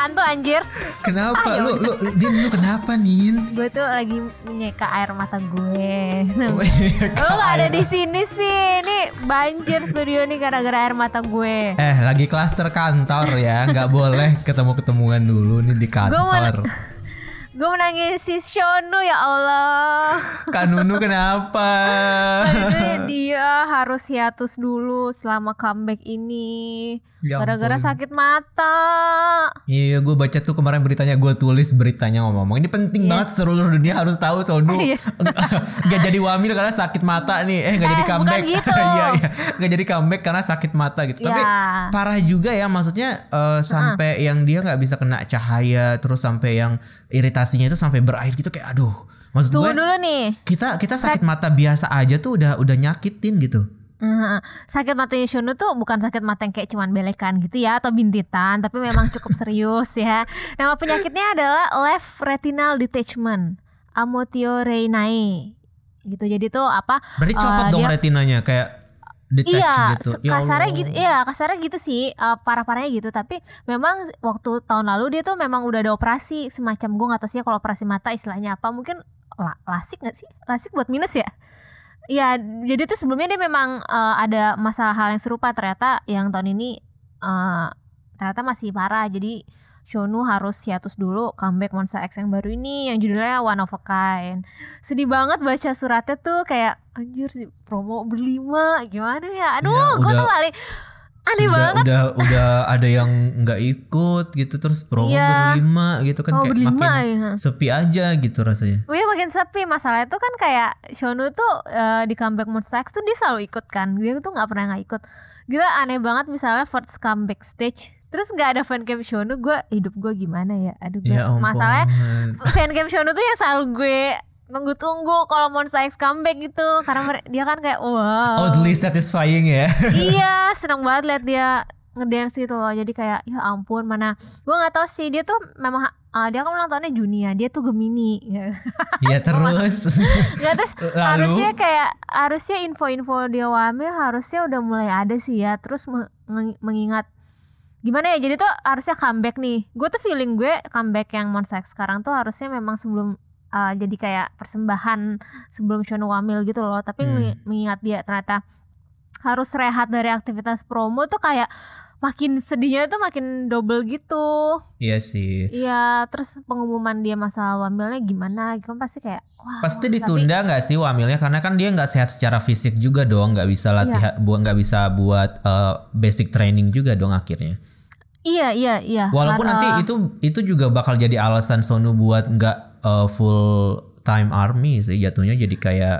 hantu anjir. Kenapa? Lu kenapa Nin? Gue tuh lagi menyeka air mata gue. Lo Lo gak ada di sini sih. Ini banjir studio nih gara-gara air mata gue. Lagi klaster kantor ya, nggak boleh ketemu-ketemuan dulu nih di kantor. Gue menangis si Shonu, ya Allah. Kak Nunu kenapa? Dia harus hiatus dulu selama comeback ini. Ya gara-gara ampun. sakit mata. Iya, gue baca tuh kemarin beritanya, gue tulis beritanya ngomong. Ini penting banget, seluruh dunia harus tahu Sonu nggak jadi wamil karena sakit mata nih. Nggak jadi comeback. Bukan gitu. Iya, nggak jadi comeback karena sakit mata gitu. Tapi parah juga ya, maksudnya sampai yang dia nggak bisa kena cahaya, terus sampai yang iritasinya itu sampai berair gitu, kayak aduh. Maksud Tunggu gue dulu nih. kita sakit mata biasa aja tuh udah nyakitin gitu. Sakit matanya Shonu tuh bukan sakit mata yang kayak cuman belekan gitu ya atau bintitan, tapi memang cukup serius ya. Nama penyakitnya adalah left retinal detachment, amotioreinae gitu. Jadi tuh apa? Berarti copot dong retinanya, kayak detach gitu. Kasarnya gitu. Iya, kasarnya gitu sih. Parah-parahnya gitu. Tapi memang waktu tahun lalu dia tuh memang udah ada operasi semacam, gue nggak tahu sih kalau operasi mata istilahnya apa. Mungkin lasik nggak sih? Lasik buat minus ya? Iya, jadi tuh sebelumnya dia memang ada masalah hal yang serupa. Ternyata yang tahun ini ternyata masih parah. Jadi Shonu harus hiatus dulu comeback Monster X yang baru ini yang judulnya One of a Kind. Sedih banget baca suratnya tuh, kayak anjir promo berlima gimana ya. Aduh, gue tuh paling aneh banget. Udah ada yang nggak ikut gitu, terus promo berlima gitu kan, kayak berlima, makin sepi aja gitu rasanya. Iya, makin sepi. Masalah itu kan kayak Shonu tuh di comeback Monster X tuh dia selalu ikut kan. Dia tuh nggak pernah nggak ikut. Gila, aneh banget. Misalnya first comeback stage terus nggak ada fancam Shonu, hidup gue gimana ya? Aduh, masalahnya fancam Shonu tuh yang selalu gue tunggu-tunggu kalau Monster X comeback gitu, karena dia kan kayak wow, oddly satisfying ya. Iya, seneng banget lihat dia ngedance gitu loh. Jadi kayak ya ampun, mana gue nggak tahu sih, dia tuh memang dia kan ulang tahunnya Juni ya, dia tuh Gemini. Iya terus. Nggak, terus harusnya info-info dia wamil harusnya udah mulai ada sih ya. Terus mengingat gimana ya, jadi tuh harusnya comeback nih. Gue tuh feeling gue comeback yang Monster X sekarang tuh harusnya memang sebelum jadi kayak persembahan sebelum Shonu wamil gitu loh. Tapi mengingat dia ternyata harus rehat dari aktivitas promo tuh kayak makin sedihnya tuh makin double gitu. Iya sih. Iya, terus pengumuman dia masalah wamilnya gimana gitu pasti kayak wah, pasti ditunda nggak sih wamilnya, karena kan dia nggak sehat secara fisik juga dong, nggak bisa latihan, nggak bisa buat basic training juga dong akhirnya. Iya. Walaupun nanti itu juga bakal jadi alasan Shonu buat nggak full time army sih jatuhnya, jadi kayak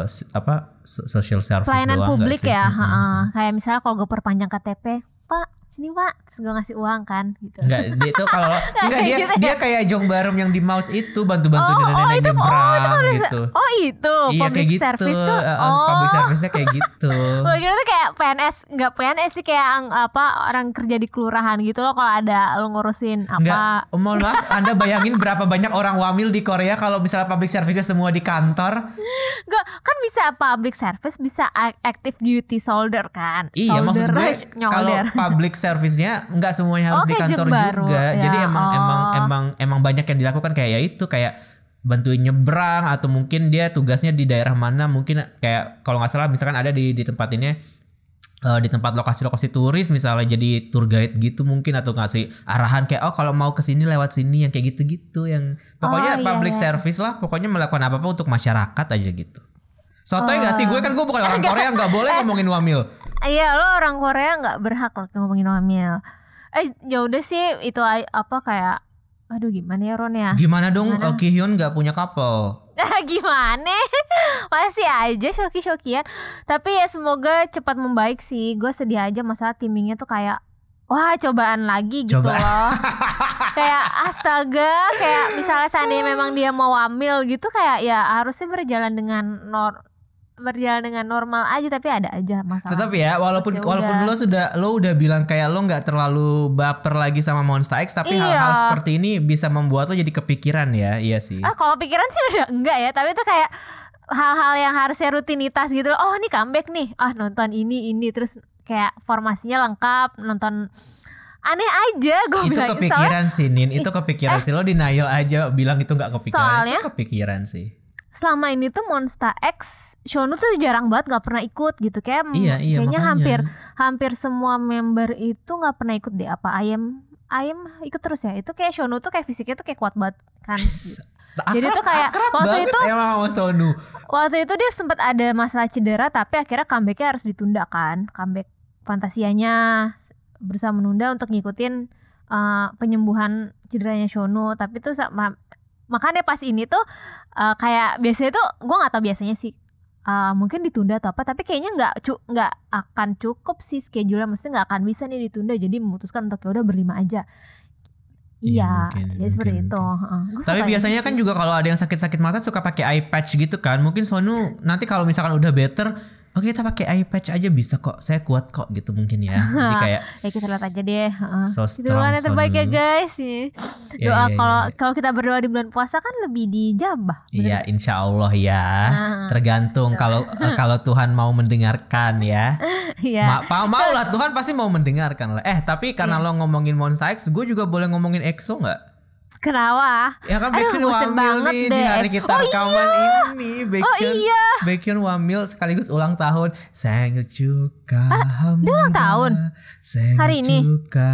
social service pelayanan doang publik sih? ya. Kayak misalnya kalau gue perpanjang KTP, Pak sini Pak, terus gue ngasih uang kan gitu. Enggak, dia itu kalau dia kayak Jong Barum yang di Mouse itu bantu-bantu nenek-nenek nyebrang gitu. Oh itu iya, public kayak service gitu. tuh. Public service-nya kayak gitu. Gue kira tuh kayak PNS, enggak PNS sih, kayak orang kerja di kelurahan gitu loh, kalau ada lo ngurusin apa. Enggak, mohon maaf, Anda bayangin berapa banyak orang wamil di Korea kalau misalnya public service-nya semua di kantor. Enggak, kan bisa public service, bisa active duty soldier kan. Iya, maksud gue kalau nyolder. public service-nya nggak semuanya harus di kantor juga. Ya, jadi emang banyak yang dilakukan, kayak ya itu, kayak bantuin nyebrang, atau mungkin dia tugasnya di daerah mana, mungkin kayak kalau nggak salah misalkan ada di tempat ini, di tempat lokasi-lokasi turis misalnya, jadi tour guide gitu mungkin, atau ngasih arahan kayak kalau mau ke sini lewat sini, yang kayak gitu-gitu, yang pokoknya public service lah, pokoknya melakukan apa-apa untuk masyarakat aja gitu. Sotoy gak sih? Gue bukan orang Korea, gak boleh ngomongin wamil. Iya, lo orang Korea gak berhak loh ngomongin wamil. Ya udah sih, itu kayak aduh gimana ya Ron ya? Gimana dong Ki-hyun gak punya couple? Gimana? Masih aja shoki-shokian. Tapi ya semoga cepat membaik sih. Gue sedih aja masalah timingnya tuh kayak wah, cobaan lagi gitu loh. Kayak astaga, kayak misalnya seandainya memang dia mau wamil gitu, kayak ya harusnya berjalan dengan normal aja, tapi ada aja masalah. Tetap ya, walaupun lo udah bilang kayak lo nggak terlalu baper lagi sama Monster X, tapi hal-hal seperti ini bisa membuat lo jadi kepikiran ya. Iya sih. Kalau pikiran sih udah enggak ya, tapi itu kayak hal-hal yang harusnya rutinitas gitu loh. Oh, ini comeback nih. Nonton ini terus kayak formasinya lengkap, nonton aneh aja gue Itu bilang. kepikiran sih Nin, itu kepikiran sih. Lo denial aja bilang itu gak kepikiran. Soalnya itu kepikiran sih. selama ini tuh Monsta X Shonu tuh jarang banget gak pernah ikut gitu. Iya, Kayaknya makanya. hampir semua member itu gak pernah ikut deh. Apa Ayam ikut terus ya. Itu kayak Shonu tuh kayak fisiknya tuh kayak kuat banget kan. Jadi tuh kayak waktu itu emang sama Sonu. Waktu itu dia sempat ada masalah cedera, tapi akhirnya comebacknya harus ditunda kan. Comeback Fantasianya berusaha menunda untuk ngikutin penyembuhan cederanya Shonu. Tapi tuh makanya pas ini tuh kayak biasanya tuh gue nggak tahu biasanya sih mungkin ditunda atau apa. Tapi kayaknya nggak akan cukup sih schedule-nya. Maksudnya nggak akan bisa nih ditunda. Jadi memutuskan untuk ya udah berlima aja. Iya, jadi seperti itu. Tapi biasanya kan juga kalau ada yang sakit-sakit mata suka pakai eye patch gitu kan. Mungkin Sonu nanti kalau misalkan udah better, oke kita pakai eye patch aja bisa kok. Saya kuat kok gitu mungkin ya. Jadi kayak ya kita lihat aja deh. So Itu doang yang terbaik ya guys. Doa kalau kita berdoa di bulan puasa kan lebih dijabah. Iya, insya Allah ya. Tergantung kalau Tuhan mau mendengarkan ya. Iya. Mau lah, Tuhan pasti mau mendengarkan lah. Tapi karena lo ngomongin Monsta X, gue juga boleh ngomongin EXO nggak? Kenapa? Ya kan Baekhyun wamil nih di hari kita rekaman ini. Baekhyun wamil sekaligus ulang tahun. Senget Dia ulang tahun? Hari ini?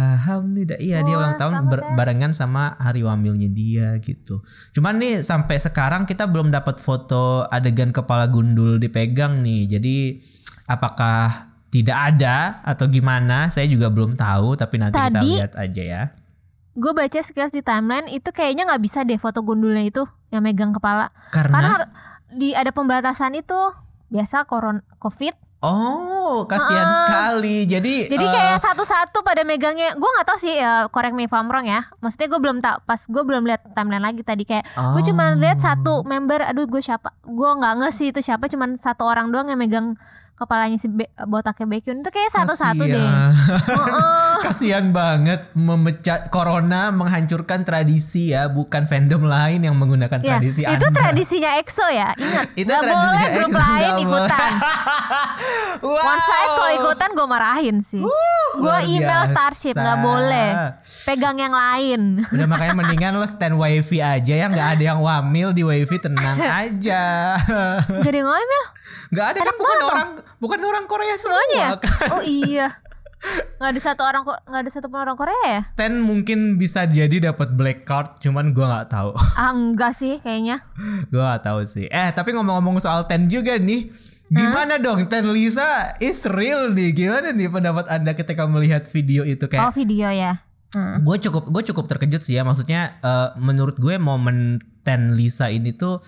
Iya dia ulang tahun barengan sama hari wamilnya dia gitu. Cuman nih sampai sekarang kita belum dapat foto adegan kepala gundul dipegang nih. Jadi apakah tidak ada atau gimana? Saya juga belum tahu. Tapi nanti kita lihat aja ya. Gue baca sekilas di timeline itu kayaknya nggak bisa deh foto gundulnya itu yang megang kepala. Karena ada pembatasan itu biasa COVID. Oh, kasihan sekali. Jadi kayak satu-satu pada megangnya. Gue nggak tahu sih, correct me if I'm wrong ya. Maksudnya gue belum tahu. Pas gue belum lihat timeline lagi tadi kayak gue cuma lihat satu member. Aduh gue siapa? Gue nggak nge sih itu siapa. Cuman satu orang doang yang megang kepalanya si botaknya Baekhyun. Itu kayak satu-satu deh. Kasihan banget corona menghancurkan tradisi ya, bukan fandom lain yang menggunakan tradisi Anda. Itu tradisinya EXO ya, ingat. Gak boleh grup lain ikutan. One Side kalau ikutan gue marahin sih. Gue email Starship, gak boleh pegang yang lain. Udah makanya mendingan lo stand wifi aja ya, gak ada yang wamil di wifi, tenang aja. Gak ada yang wamil? Gak ada kan, bukan orang Korea semuanya kan? Oh iya. Nggak ada satupun orang Korea ya? Ten mungkin bisa jadi dapat black card, cuman gue nggak tahu. Enggak sih kayaknya. Gue nggak tahu sih. Tapi ngomong-ngomong soal Ten juga nih, gimana dong Ten Lisa is real nih? Gimana nih pendapat Anda ketika melihat video itu kayak? Video ya. Gue cukup terkejut sih ya. Maksudnya menurut gue momen Ten Lisa ini tuh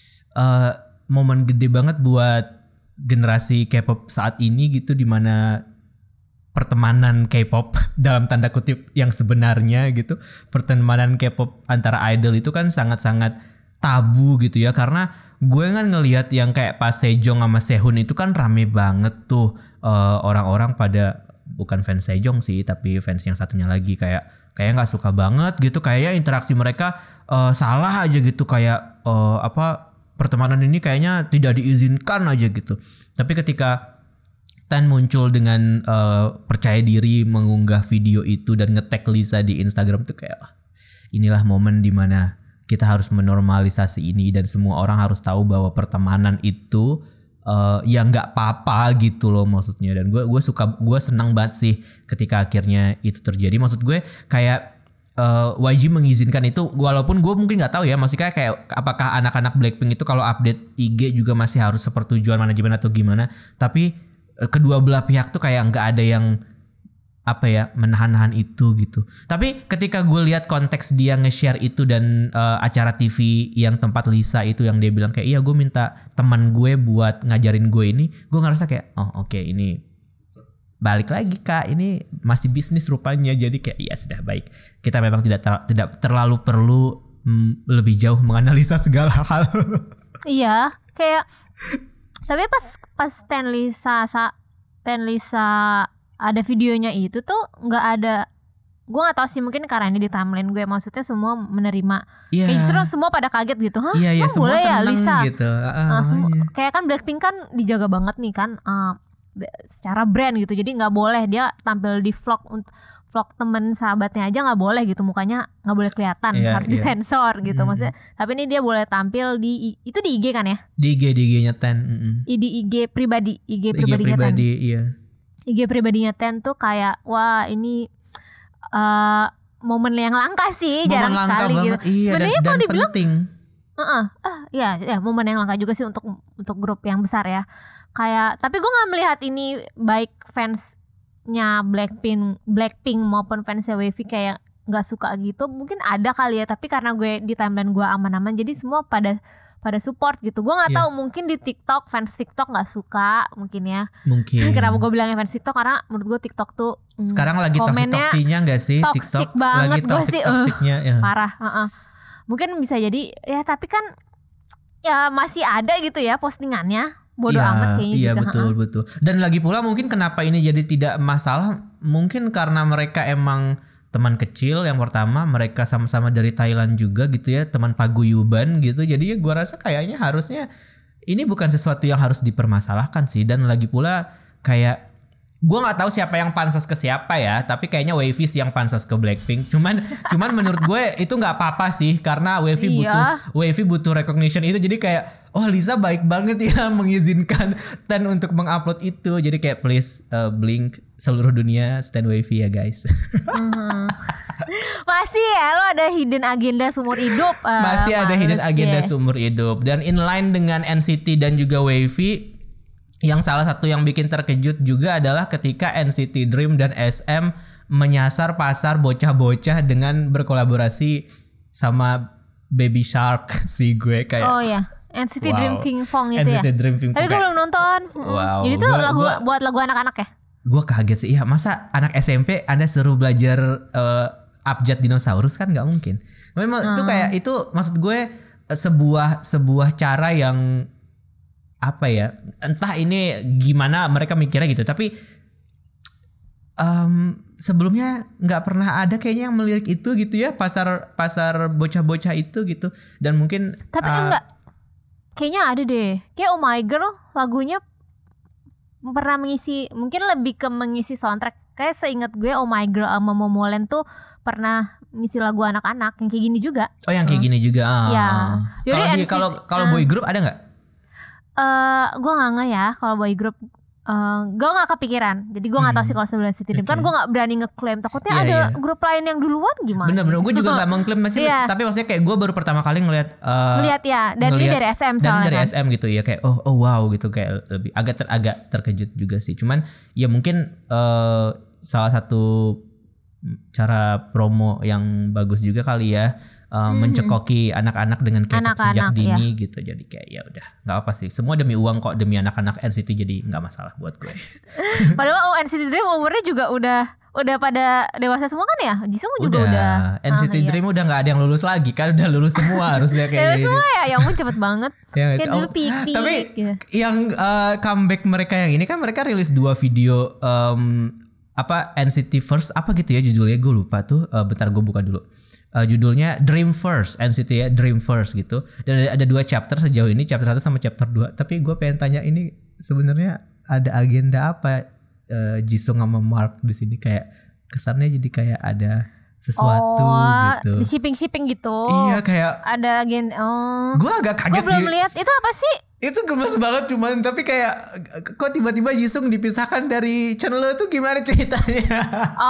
momen gede banget buat generasi K-pop saat ini gitu, dimana pertemanan K-pop dalam tanda kutip yang sebenarnya gitu, pertemanan K-pop antara idol itu kan sangat-sangat tabu gitu ya. Karena gue kan ngelihat yang kayak pas Sejong sama Sehun itu kan rame banget tuh, orang-orang pada bukan fans Sejong sih, tapi fans yang satunya lagi kayak nggak suka banget gitu, kayak interaksi mereka salah aja gitu, kayak pertemanan ini kayaknya tidak diizinkan aja gitu. Tapi ketika Ten muncul dengan percaya diri mengunggah video itu dan nge-tag Lisa di Instagram tuh kayak inilah momen dimana kita harus menormalisasi ini dan semua orang harus tahu bahwa pertemanan itu ya nggak apa-apa gitu loh maksudnya. Dan gue senang banget sih ketika akhirnya itu terjadi. Maksud gue kayak YG mengizinkan itu, walaupun gue mungkin nggak tahu ya, maksudnya kayak apakah anak-anak Blackpink itu kalau update IG juga masih harus sepertujuan manajemen atau gimana. Tapi kedua belah pihak tuh kayak nggak ada yang menahan-nahan itu gitu. Tapi ketika gue lihat konteks dia nge-share itu dan acara TV yang tempat Lisa itu yang dia bilang kayak iya gue minta teman gue buat ngajarin gue ini, gue ngerasa kayak oke, ini balik lagi kak, ini masih bisnis rupanya. Jadi kayak iya sudah baik, kita memang tidak terlalu perlu lebih jauh menganalisa segala hal. Iya kayak. Tapi pas Ten Lisa ada videonya itu tuh nggak ada, gue nggak tahu sih, mungkin karena ini di timeline gue, maksudnya semua menerima, kayak justru semua pada kaget gitu, semua boleh ya Lisa gitu. Kayak kan Blackpink kan dijaga banget nih kan secara brand gitu, jadi nggak boleh dia tampil di vlog vlog temen sahabatnya aja nggak boleh gitu, mukanya nggak boleh kelihatan, harus disensor gitu maksudnya. Tapi ini dia boleh tampil di itu di IG kan ya? Di IG-nya Ten. Di IG pribadi, IG pribadinya Ten tuh kayak wah ini momen yang langka sih, jarang sekali gitu. Iya, sebenarnya kalau dibilang penting. Ya momen yang langka juga sih untuk grup yang besar ya. Kayak tapi gue nggak melihat ini baik fansnya Blackpink maupun fansnya Wavy kayak nggak suka gitu. Mungkin ada kali ya, tapi karena gue di timeline gue aman-aman, jadi semua pada support gitu. Gue nggak tahu, mungkin di TikTok fans TikTok nggak suka mungkin ya. Mungkin. Kenapa gue bilangnya fans TikTok, karena menurut gue TikTok tuh sekarang lagi toksik-toksinya nggak sih? Toksik TikTok banget lagi toksik-toksiknya ya. Parah. Mungkin bisa jadi ya, tapi kan ya masih ada gitu ya postingannya. Bodoh amat kayaknya iya, juga. Iya betul. Dan lagi pula mungkin kenapa ini jadi tidak masalah, mungkin karena mereka emang teman kecil yang pertama, mereka sama-sama dari Thailand juga gitu ya, teman paguyuban gitu. Jadi ya gue rasa kayaknya harusnya ini bukan sesuatu yang harus dipermasalahkan sih. Dan lagi pula kayak gue nggak tahu siapa yang pansos ke siapa ya, tapi kayaknya Wavy sih yang pansos ke Blackpink. Cuman menurut gue itu nggak apa-apa sih, karena Wavy butuh recognition itu. Jadi kayak Lisa baik banget ya mengizinkan Ten untuk mengupload itu. Jadi kayak please Blink seluruh dunia stand Wavy ya guys. Masih ya, lo ada hidden agenda seumur hidup. Masih ada hidden agenda seumur hidup. Dan inline dengan NCT dan juga Wavy, yang salah satu yang bikin terkejut juga adalah ketika NCT Dream dan SM menyasar pasar bocah-bocah dengan berkolaborasi sama Baby Shark. Si gue kayak NCT Dream Pinkfong itu NCT ya. Dream Pinkfong. Tapi gue belum nonton. Jadi itu buat lagu anak-anak ya? Gue kaget sih. Iya, masa anak SMP Anda suruh belajar abjad dinosaurus, kan nggak mungkin. Memang itu kayak itu, maksud gue sebuah cara yang apa ya, entah ini gimana mereka mikirnya gitu, tapi sebelumnya nggak pernah ada kayaknya yang melirik itu gitu ya, pasar bocah-bocah itu gitu. Dan mungkin tapi enggak, kayaknya ada deh, kayak Oh My Girl lagunya pernah mengisi, mungkin lebih ke mengisi soundtrack. Kayak seingat gue Oh My Girl sama Momoland tuh pernah ngisi lagu anak-anak yang kayak gini juga. Oh yang kayak gini juga. Ya. Kalau boy group ada nggak? Gue nggak nge ya kalau boy group. Gue nggak kepikiran, jadi gue nggak tahu sih kalau sebelum NCT Dream. Kan gue nggak berani ngeklaim, takutnya ada grup lain yang duluan gimana. Bener gue juga nggak mengklaim masih. Tapi maksudnya kayak gue baru pertama kali ngelihat ya, dan ini dari SM soalnya. Dan dari SM gitu ya, kayak oh wow gitu, kayak lebih agak terkejut juga sih. Cuman ya mungkin salah satu cara promo yang bagus juga kali ya. Mencekoki anak-anak dengan K-pop sejak dini gitu. Jadi kayak ya udah nggak apa sih, semua demi uang kok, demi anak-anak NCT, jadi nggak masalah buat gue. Padahal NCT Dream umurnya juga udah pada dewasa semua kan ya. Jisung juga udah. NCT Dream udah nggak ada yang lulus lagi kan, udah lulus semua harusnya kayak semua ya. Yang pun cepet banget. Kayak dulu Pik. Tapi yang comeback mereka yang ini kan, mereka rilis 2 video NCT First apa gitu ya judulnya, gue lupa tuh. Bentar gue buka dulu. Judulnya Dream First, NCT ya, Dream First gitu. Dan ada 2 chapter sejauh ini, chapter 1 sama chapter 2. Tapi gue pengen tanya, ini sebenarnya ada agenda apa Jisung sama Mark di sini? Kayak kesannya jadi kayak ada sesuatu gitu. Di shipping gitu. Iya, kayak ada agenda. Gue agak kaget sih. Gue belum lihat itu apa sih? Itu gemes banget, cuman tapi kayak kok tiba-tiba Jisung dipisahkan dari channel itu, gimana ceritanya?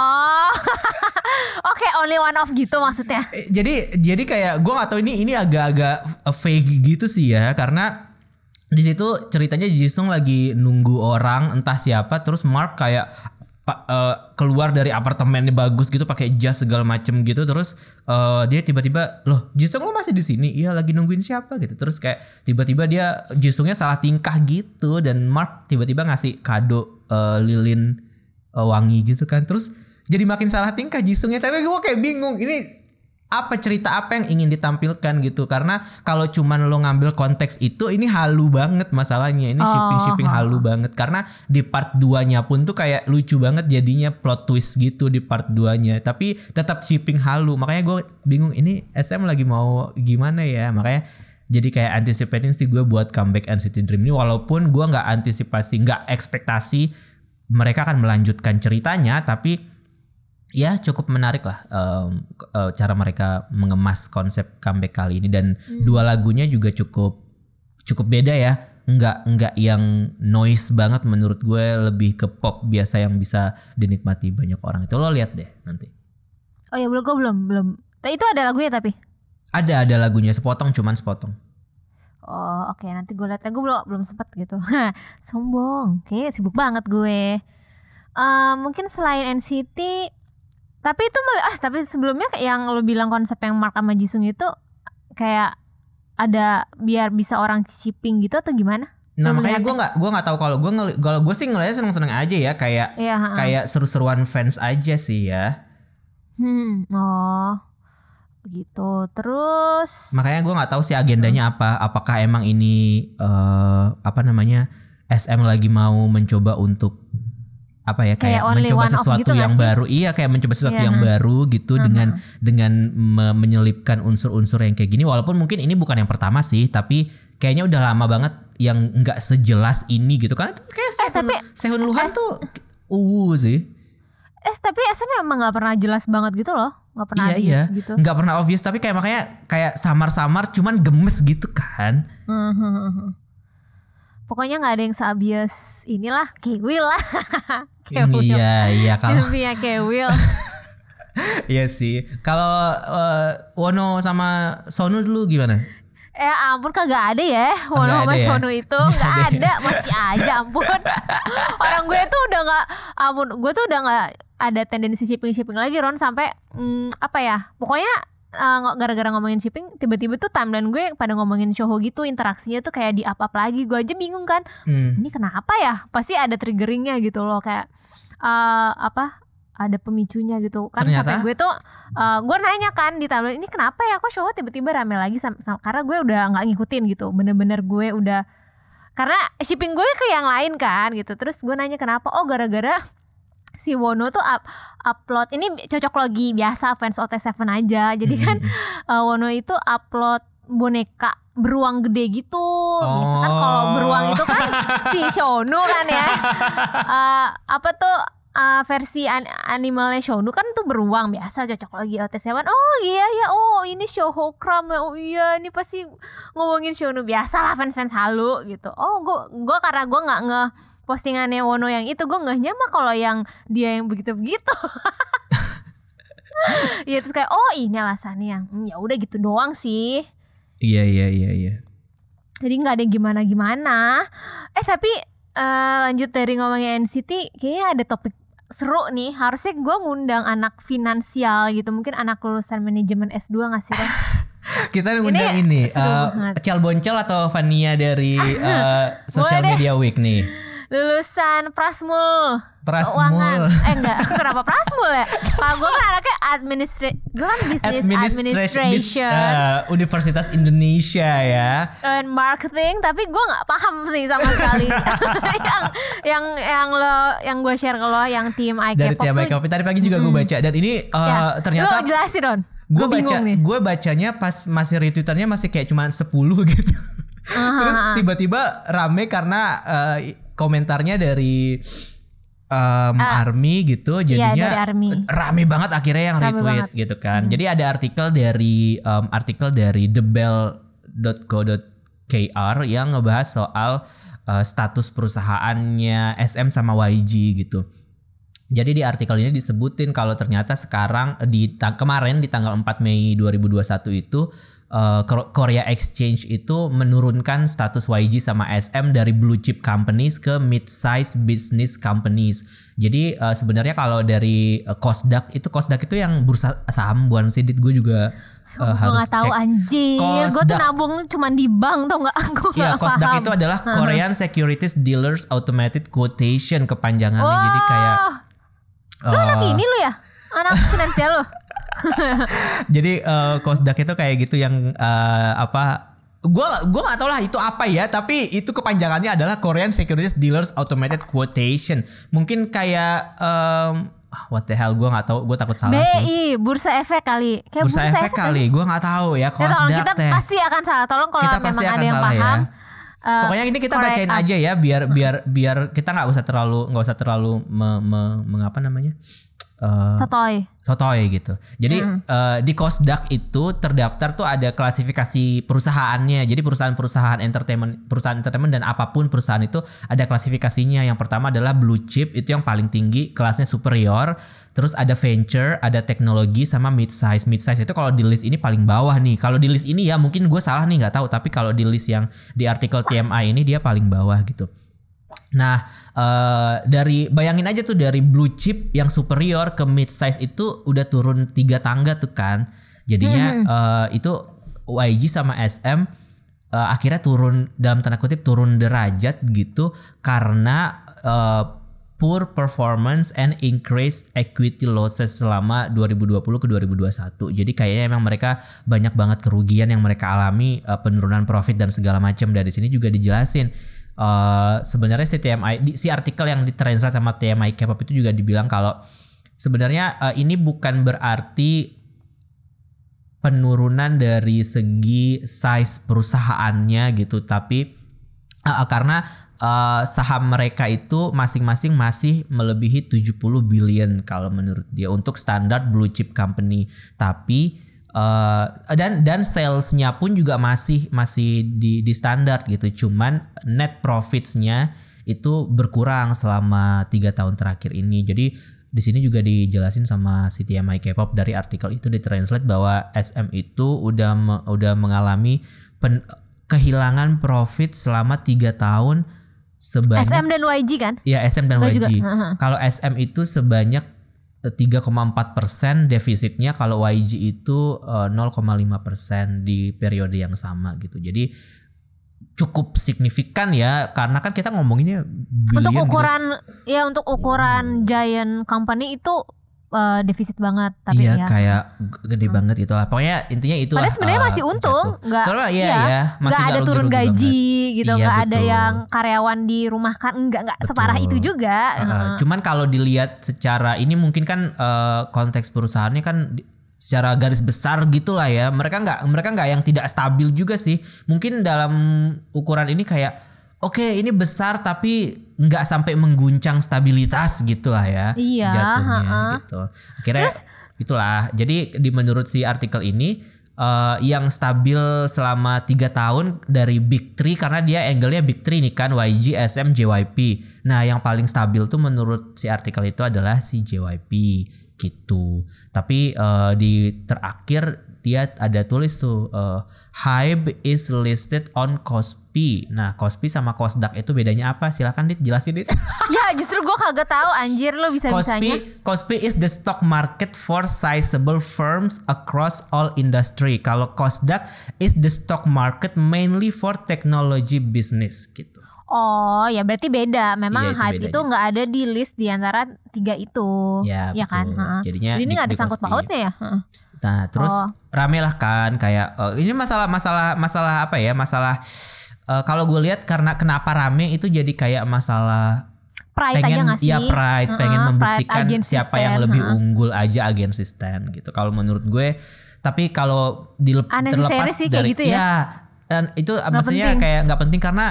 Oke, only one off gitu maksudnya. Jadi kayak gue gak tahu, ini agak-agak vague gitu sih ya, karena di situ ceritanya Jisung lagi nunggu orang entah siapa, terus Mark kayak keluar dari apartemennya bagus gitu pakai jas segala macem gitu, terus dia tiba-tiba, loh Jisung lo masih di sini? Iya, lagi nungguin siapa gitu. Terus kayak tiba-tiba Jisungnya salah tingkah gitu, dan Mark tiba-tiba ngasih kado lilin wangi gitu kan, terus jadi makin salah tingkah Jisungnya. Tapi gue kayak bingung, ini apa cerita apa yang ingin ditampilkan gitu, karena kalau cuman lo ngambil konteks itu, ini halu banget masalahnya. Ini shipping halu banget, karena di part 2-nya pun tuh kayak lucu banget jadinya, plot twist gitu di part 2-nya, tapi tetap shipping halu. Makanya gue bingung, ini SM lagi mau gimana ya. Makanya jadi kayak anticipating sih gue buat comeback NCT Dream ini, walaupun gue nggak ekspektasi mereka akan melanjutkan ceritanya, tapi ya cukup menarik lah cara mereka mengemas konsep comeback kali ini, dan dua lagunya juga cukup beda ya. Enggak yang noise banget, menurut gue lebih ke pop biasa yang bisa dinikmati banyak orang. Itu lo lihat deh nanti. Oh ya, gue belum. Itu ada lagunya tapi. Ada lagunya, cuman sepotong. Oh oke, nanti gue lihat. Gue belum sempet gitu. Sombong, kayak sibuk banget gue. Mungkin selain NCT, tapi itu tapi sebelumnya yang lo bilang konsep yang Mark sama Jisung itu kayak ada biar bisa orang shipping gitu atau gimana? Nah makanya gue nggak tahu, kalau gue sih ngeliatnya seneng-seneng aja ya, kayak seru-seruan fans aja sih ya. Oh gitu. Terus makanya gue nggak tahu sih agendanya apa. Apakah emang ini SM lagi mau mencoba untuk kayak mencoba sesuatu gitu yang baru. Iya, kayak mencoba sesuatu yang baru gitu dengan menyelipkan unsur-unsur yang kayak gini. Walaupun mungkin ini bukan yang pertama sih, tapi kayaknya udah lama banget yang nggak sejelas ini gitu kan. Kayak Sehun Luhan tuh sih. Tapi SM memang nggak pernah jelas banget gitu loh, nggak pernah obvious gitu. Nggak pernah obvious, tapi kayak makanya kayak samar-samar cuman gemes gitu kan. Pokoknya nggak ada yang seobvious inilah K-Will lah. Iya kalau K-Will. Iya sih. Kalau Wono sama Sonu dulu gimana? Ampun, kagak ada ya Wono sama Sonu itu. Nggak ada, masih aja ampun. Orang gue tuh udah nggak, gue tuh udah nggak ada tendensi shipping lagi Ron, sampai pokoknya gara-gara ngomongin shipping, tiba-tiba tuh timeline gue pada ngomongin Shouho gitu, interaksinya tuh kayak di up lagi. Gue aja bingung kan, ini kenapa ya? Pasti ada triggeringnya gitu loh, kayak ada pemicunya gitu kan. Sampai gue tuh gue nanya kan di timeline, ini kenapa ya kok Shouho tiba-tiba rame lagi karena gue udah nggak ngikutin gitu, bener-bener gue udah, karena shipping gue ke yang lain kan gitu. Terus gue nanya kenapa, gara-gara si Wono tuh upload, ini cocok logi biasa fans OT7 aja. Jadi kan Wono itu upload boneka beruang gede gitu. Biasa kan kalau beruang itu kan si Shonu kan ya. Versi animalnya Shonu kan tuh beruang biasa, cocok logi OT7. Oh iya ya, ini Shouho Cram ya. Oh iya, ini pasti ngomongin Shonu, biasalah fans halu gitu. Gue karena gue nggak postingannya Wono yang itu, gue ngehnya mah kalau yang dia yang begitu-begitu. Ya terus kayak ini alasannya yang ya udah gitu doang sih. Iya. Jadi nggak ada gimana-gimana. Tapi lanjut dari ngomongin NCT, kayaknya ada topik seru nih. Harusnya gue ngundang anak finansial gitu, mungkin anak lulusan manajemen S2 nggak sih kan? Kita ngundang ini Cal Boncel atau Vania dari Social Media Week nih. Lulusan Prasmul. Enggak, kenapa Prasmul ya? Kalau gue kan anaknya gue kan business administration, Universitas Indonesia ya. And marketing, tapi gue nggak paham sih sama sekali. yang gue share ke lo, yang tim dari tim iKpop tadi pagi juga gue baca, dan ini ternyata lo jelasin Don. Gue bacanya pas masih retweetannya masih kayak cuma 10 gitu. Terus tiba-tiba rame karena komentarnya dari Army gitu, jadinya rame banget akhirnya yang retweet gitu kan. Jadi ada artikel dari thebell.co.kr yang ngebahas soal status perusahaannya SM sama YG gitu. Jadi di artikel ini disebutin kalau ternyata sekarang kemarin di tanggal 4 Mei 2021 itu Korea Exchange itu menurunkan status YG sama SM dari blue chip companies ke mid-size business companies. Jadi sebenarnya kalau dari Kosdaq itu yang bursa saham, bukan sih, gue juga harus cek. Gue gak tahu anjir, gue tuh nabung cuma di bank tau gak? Iya, Kosdaq itu adalah Korean Securities Dealers Automated Quotation kepanjangannya. Jadi kayak lu anak ini lu ya? Anak finansial lu? Jadi Kosdaq itu kayak gitu yang gua nggak tahu lah itu apa ya, tapi itu kepanjangannya adalah Korean Securities Dealers Automated Quotation. Mungkin kayak what the hell, gua nggak tahu, gua takut salah sih. BI, Bursa Efek kali. Kayak Bursa Efek kali, gua nggak tahu ya. Kosdaq kita pasti akan salah. Tolong kalau memang ada yang paham. Ya. Pokoknya ini kita bacain aja ya, biar kita nggak usah terlalu mengapa namanya, Sotoy gitu. Jadi di Kosdaq itu terdaftar tuh ada klasifikasi perusahaannya. Jadi perusahaan entertainment dan apapun perusahaan itu ada klasifikasinya. Yang pertama adalah blue chip, itu yang paling tinggi, kelasnya superior. Terus ada venture, ada teknologi, sama mid size. Mid size itu kalau di list ini paling bawah nih. Kalau di list ini ya mungkin gue salah nih, nggak tahu. Tapi kalau di list yang di artikel TMI ini dia paling bawah gitu. Nah, dari bayangin aja tuh, dari blue chip yang superior ke mid size itu udah turun 3 tangga tuh kan. Jadinya itu YG sama SM akhirnya turun, dalam tanda kutip turun derajat gitu, karena poor performance and increased equity losses selama 2020 ke 2021. Jadi kayaknya emang mereka banyak banget kerugian yang mereka alami, penurunan profit dan segala macam. Dari sini juga dijelasin. Sebenarnya si artikel yang ditranslate sama TMI K-pop itu juga dibilang kalau sebenarnya ini bukan berarti penurunan dari segi size perusahaannya gitu, tapi karena saham mereka itu masing-masing masih melebihi 70 billion kalau menurut dia untuk standar blue chip company. Tapi dan salesnya pun juga masih di standar gitu, cuman net profitsnya itu berkurang selama 3 tahun terakhir ini. Jadi di sini juga dijelasin sama si TMI K-pop dari artikel itu ditranslate bahwa SM itu udah mengalami kehilangan profit selama 3 tahun sebanyak SM dan YG kan? Iya, SM dan YG. Kalau SM itu sebanyak 3,4% defisitnya, kalau YG itu 0,5% di periode yang sama gitu. Jadi cukup signifikan ya, karena kan kita ngomonginnya billion untuk ukuran gitu. Ya untuk ukuran giant company itu defisit banget, tapi iya, ya kayak gede banget itulah. Pokoknya intinya itu. Padahal sebenarnya masih untung, nggak ada turun gaji gitu, nggak ada yang karyawan dirumahkan, nggak separah itu juga. Cuman kalau dilihat secara ini mungkin kan konteks perusahaannya kan secara garis besar gitulah ya. Mereka nggak yang tidak stabil juga sih. Mungkin dalam ukuran ini kayak oke, ini besar tapi nggak sampai mengguncang stabilitas gitulah ya. Iya, jatuhnya gitu. Akhirnya itulah. Jadi menurut si artikel ini yang stabil selama 3 tahun dari Big 3, karena dia angle-nya Big 3 nih kan, YG, SM, JYP. Nah, yang paling stabil tuh menurut si artikel itu adalah si JYP gitu. Tapi di terakhir dia ada tulis tuh HYBE is listed on Kospi. Nah, Kospi sama Kosdaq itu bedanya apa? Silakan Dit, jelasin Dit. Ya, justru gue kagak tahu, anjir lo bisa-bisanya. Kospi is the stock market for sizable firms across all industry. Kalau Kosdaq is the stock market mainly for technology business gitu. Oh, ya berarti beda. Memang iya, HYBE itu nggak ada di list di antara 3 itu. Ya kan? Jadinya jadi ini nggak ada sangkut pautnya ya? Nah, terus rame lah kan kayak ini masalah apa ya? Masalah kalau gue lihat karena kenapa rame itu jadi kayak masalah pride pengen, aja gak sih? Ya pride, pengen membuktikan siapa yang lebih unggul aja against stand gitu. Kalau menurut gue, tapi kalau terlepas sih, dari kayak gitu ya dan itu maksudnya penting. Kayak nggak penting karena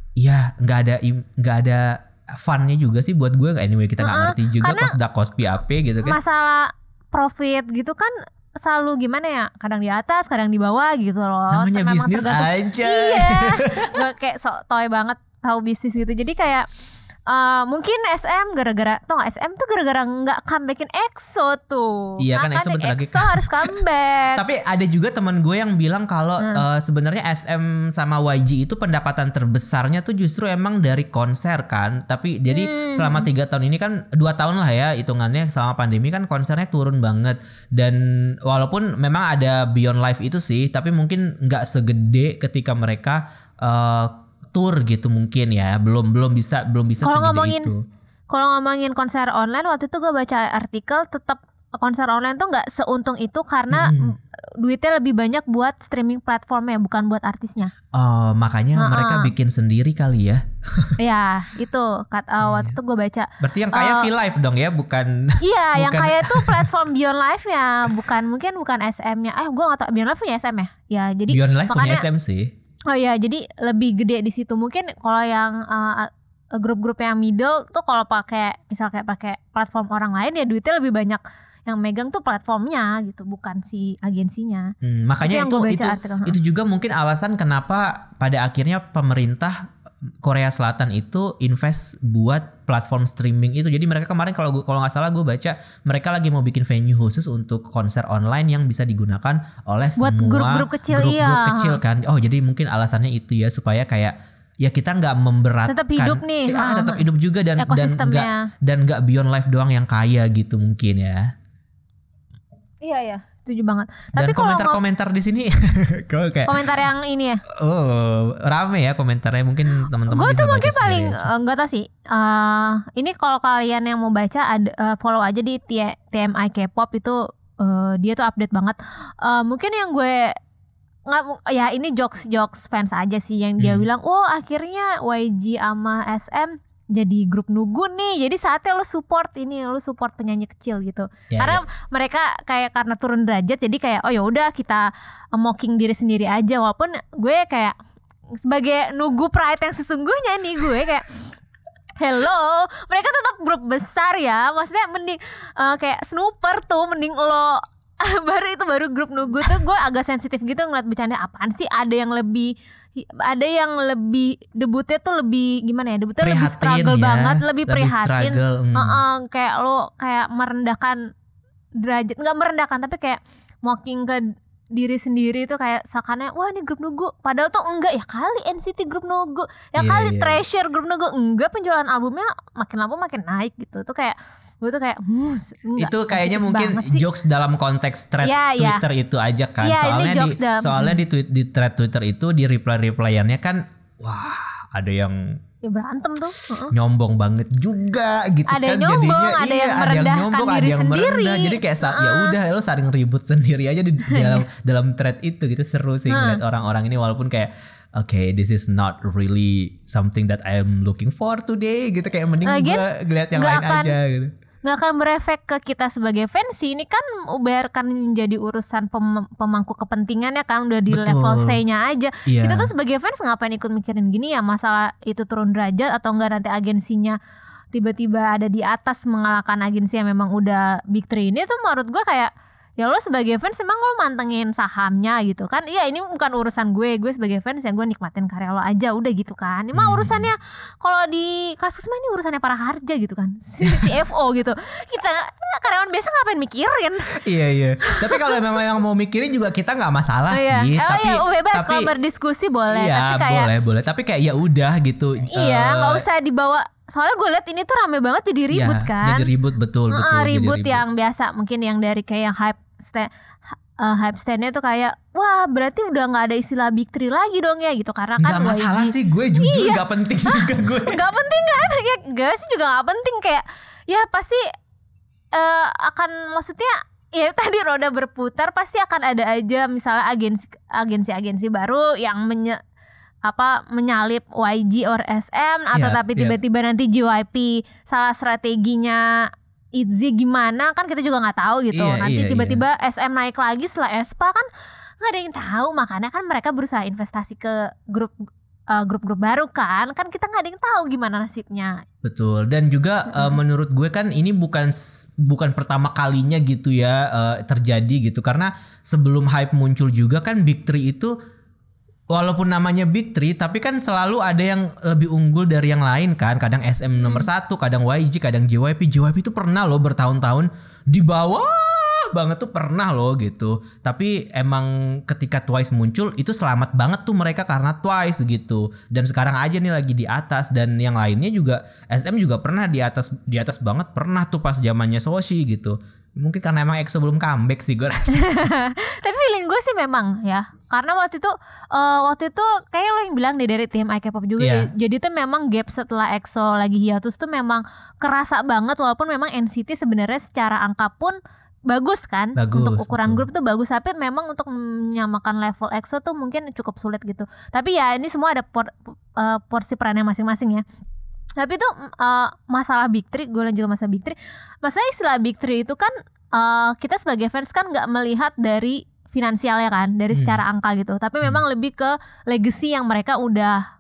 ya nggak ada funnya juga sih buat gue. Anyway, kita nggak ngerti juga Kosdaq Kospi apa gitu kan. Masalah profit gitu kan selalu gimana ya, kadang di atas kadang di bawah gitu loh. Namanya bisnis aja. Iya, gue kayak toy banget tahu bisnis gitu. Jadi kayak mungkin SM gara-gara SM tuh gara-gara nggak comebackin EXO tuh. Iya kan, EXO bentar lagi EXO harus comeback. Tapi ada juga teman gue yang bilang kalau sebenarnya SM sama YG itu pendapatan terbesarnya tuh justru emang dari konser kan. Tapi jadi selama 3 tahun ini kan 2 tahun lah ya hitungannya, selama pandemi kan konsernya turun banget. Dan walaupun memang ada Beyond Live itu sih, tapi mungkin nggak segede ketika mereka tour gitu mungkin ya, belum bisa segede itu. Kalau ngomongin konser online, waktu itu gue baca artikel, tetap konser online tuh nggak seuntung itu karena duitnya lebih banyak buat streaming platformnya, bukan buat artisnya. Makanya mereka bikin sendiri kali ya. Ya itu waktu itu gue baca. Berarti yang kaya V-Live dong ya, bukan? Iya, yang kaya tuh platform Beyond Live ya, bukan SM-nya. Gue nggak tahu Beyond Live punya SM ya. Ya jadi Beyond Live punya SM sih. Oh iya, jadi lebih gede di situ. Mungkin kalau yang grup-grup yang middle tuh kalau pakai misal kayak pakai platform orang lain ya duitnya lebih banyak yang megang tuh platformnya gitu, bukan si agensinya. Makanya itu juga mungkin alasan kenapa pada akhirnya pemerintah Korea Selatan itu invest buat platform streaming itu. Jadi mereka kemarin kalau nggak salah gue baca mereka lagi mau bikin venue khusus untuk konser online yang bisa digunakan oleh buat semua grup-grup kecil, kecil kan. Oh jadi mungkin alasannya itu ya, supaya kayak ya kita nggak memberatkan, tetap hidup nih, tetap hidup juga dan nggak beyond life doang yang kaya gitu mungkin ya. Iya setuju banget. Dan tapi komentar di sini kayak komentar yang ini ya. Oh, rame ya komentarnya, mungkin teman-teman bisa baca. Gue tuh mungkin paling enggak tahu sih. Ini kalau kalian yang mau baca follow aja di TMI K-pop itu dia tuh update banget. Mungkin yang gue nggak ya ini jokes fans aja sih yang dia bilang, "Oh, akhirnya YG sama SM jadi grup Nugu nih, jadi saatnya lu support penyanyi kecil gitu." Karena mereka kayak karena turun derajat, jadi kayak oh ya udah kita mocking diri sendiri aja. Walaupun gue kayak sebagai Nugu pride yang sesungguhnya nih, gue kayak hello, mereka tetap grup besar ya, maksudnya mending kayak Snooper tuh mending lo baru grup Nugu tuh gue agak sensitif gitu ngeliat bercanda, apaan sih ada yang lebih debutnya tuh lebih gimana ya, debutnya prihatin, lebih struggle ya, banget, lebih prihatin, kayak lo kayak merendahkan derajat, nggak merendahkan tapi kayak mocking ke diri sendiri tuh kayak seakannya wah ini grup Nugu, padahal tuh enggak ya kali NCT grup Nugu, ya kali Treasure grup Nugu, enggak, penjualan albumnya makin lama makin naik gitu, tuh kayak gue tuh kayak itu kayaknya mungkin jokes dalam konteks thread Twitter itu aja kan. Soalnya di thread Twitter itu di reply-replyannya kan wah ada yang berantem tuh nyombong banget juga gitu ada kan, nyombong, jadinya ada yang merendahkan diri sendiri. Jadi kayak ya udah lo saling ribut sendiri aja di dalam thread itu gitu. Seru sih ngeliat orang-orang ini, walaupun kayak okay, this is not really something that I'm looking for today gitu, kayak mending gue ngeliat yang lain aja gitu. Nggak akan berefek ke kita sebagai fans sih. Ini kan biarkan menjadi urusan pemangku kepentingan ya kan, udah di level C-nya aja. Kita tuh sebagai fans ngapain ikut mikirin gini ya, masalah itu turun derajat atau enggak nanti agensinya tiba-tiba ada di atas mengalahkan agensi yang memang udah big three ini tuh menurut gue kayak ya lo sebagai fans emang lo mantengin sahamnya gitu kan. Iya ini bukan urusan gue sebagai fans ya gue nikmatin karya lo aja udah gitu kan. Ini mah urusannya kalau di kasus mah ini urusannya para harja gitu kan, CFO gitu. Kita karyawan biasa ngapain mikirin. Iya tapi kalau memang yang mau mikirin juga kita nggak masalah sih. Bebas kalau berdiskusi boleh. Iya tapi kayak, boleh tapi kayak ya udah gitu. Iya nggak usah dibawa. Soalnya gue liat ini tuh rame banget jadi ribut kan. Jadi ribut betul. Ribut yang biasa mungkin yang dari kayak yang hype stand-nya tuh kayak wah berarti udah nggak ada istilah big three lagi dong ya gitu, karena kan nggak masalah sih, gue jujur nggak penting juga gue. Nggak penting kan ya, gue sih juga nggak penting, kayak ya pasti akan maksudnya ya tadi roda berputar pasti akan ada aja misalnya agensi baru yang menyalip YG or SM atau tapi tiba-tiba nanti JYP salah strateginya ITZY gimana kan kita juga nggak tahu gitu. Nanti tiba-tiba SM naik lagi setelah aespa kan nggak ada yang tahu, makanya kan mereka berusaha investasi ke grup-grup baru kan kita nggak ada yang tahu gimana nasibnya. Betul. Dan juga menurut gue kan ini bukan pertama kalinya gitu ya terjadi gitu, karena sebelum hype muncul juga kan Big Three itu walaupun namanya Big Three tapi kan selalu ada yang lebih unggul dari yang lain kan. Kadang SM nomor 1, kadang YG, kadang JYP. JYP itu pernah loh bertahun-tahun di bawah banget tuh pernah loh gitu. Tapi emang ketika Twice muncul itu selamat banget tuh mereka karena Twice gitu. Dan sekarang aja nih lagi di atas, dan yang lainnya juga SM juga pernah di atas banget, pernah tuh pas zamannya Soshi gitu. Mungkin karena emang EXO belum comeback sih gue rasa. Tapi feeling gue sih memang ya, karena waktu itu kayak lo yang bilang deh dari tim K-pop juga. Jadi tuh memang gap setelah EXO lagi hiatus tuh memang kerasa banget, walaupun memang NCT sebenarnya secara angka pun bagus kan, untuk ukuran grup tuh bagus, tapi memang untuk menyamakan level EXO tuh mungkin cukup sulit gitu. Tapi ya ini semua ada porsi perannya masing-masing ya. Tapi itu masalah Big Three, gue lanjut ke masalah Big Three. Masalah istilah Big Three itu kan kita sebagai fans kan gak melihat dari finansialnya kan, dari secara angka gitu. Tapi memang lebih ke legacy yang mereka udah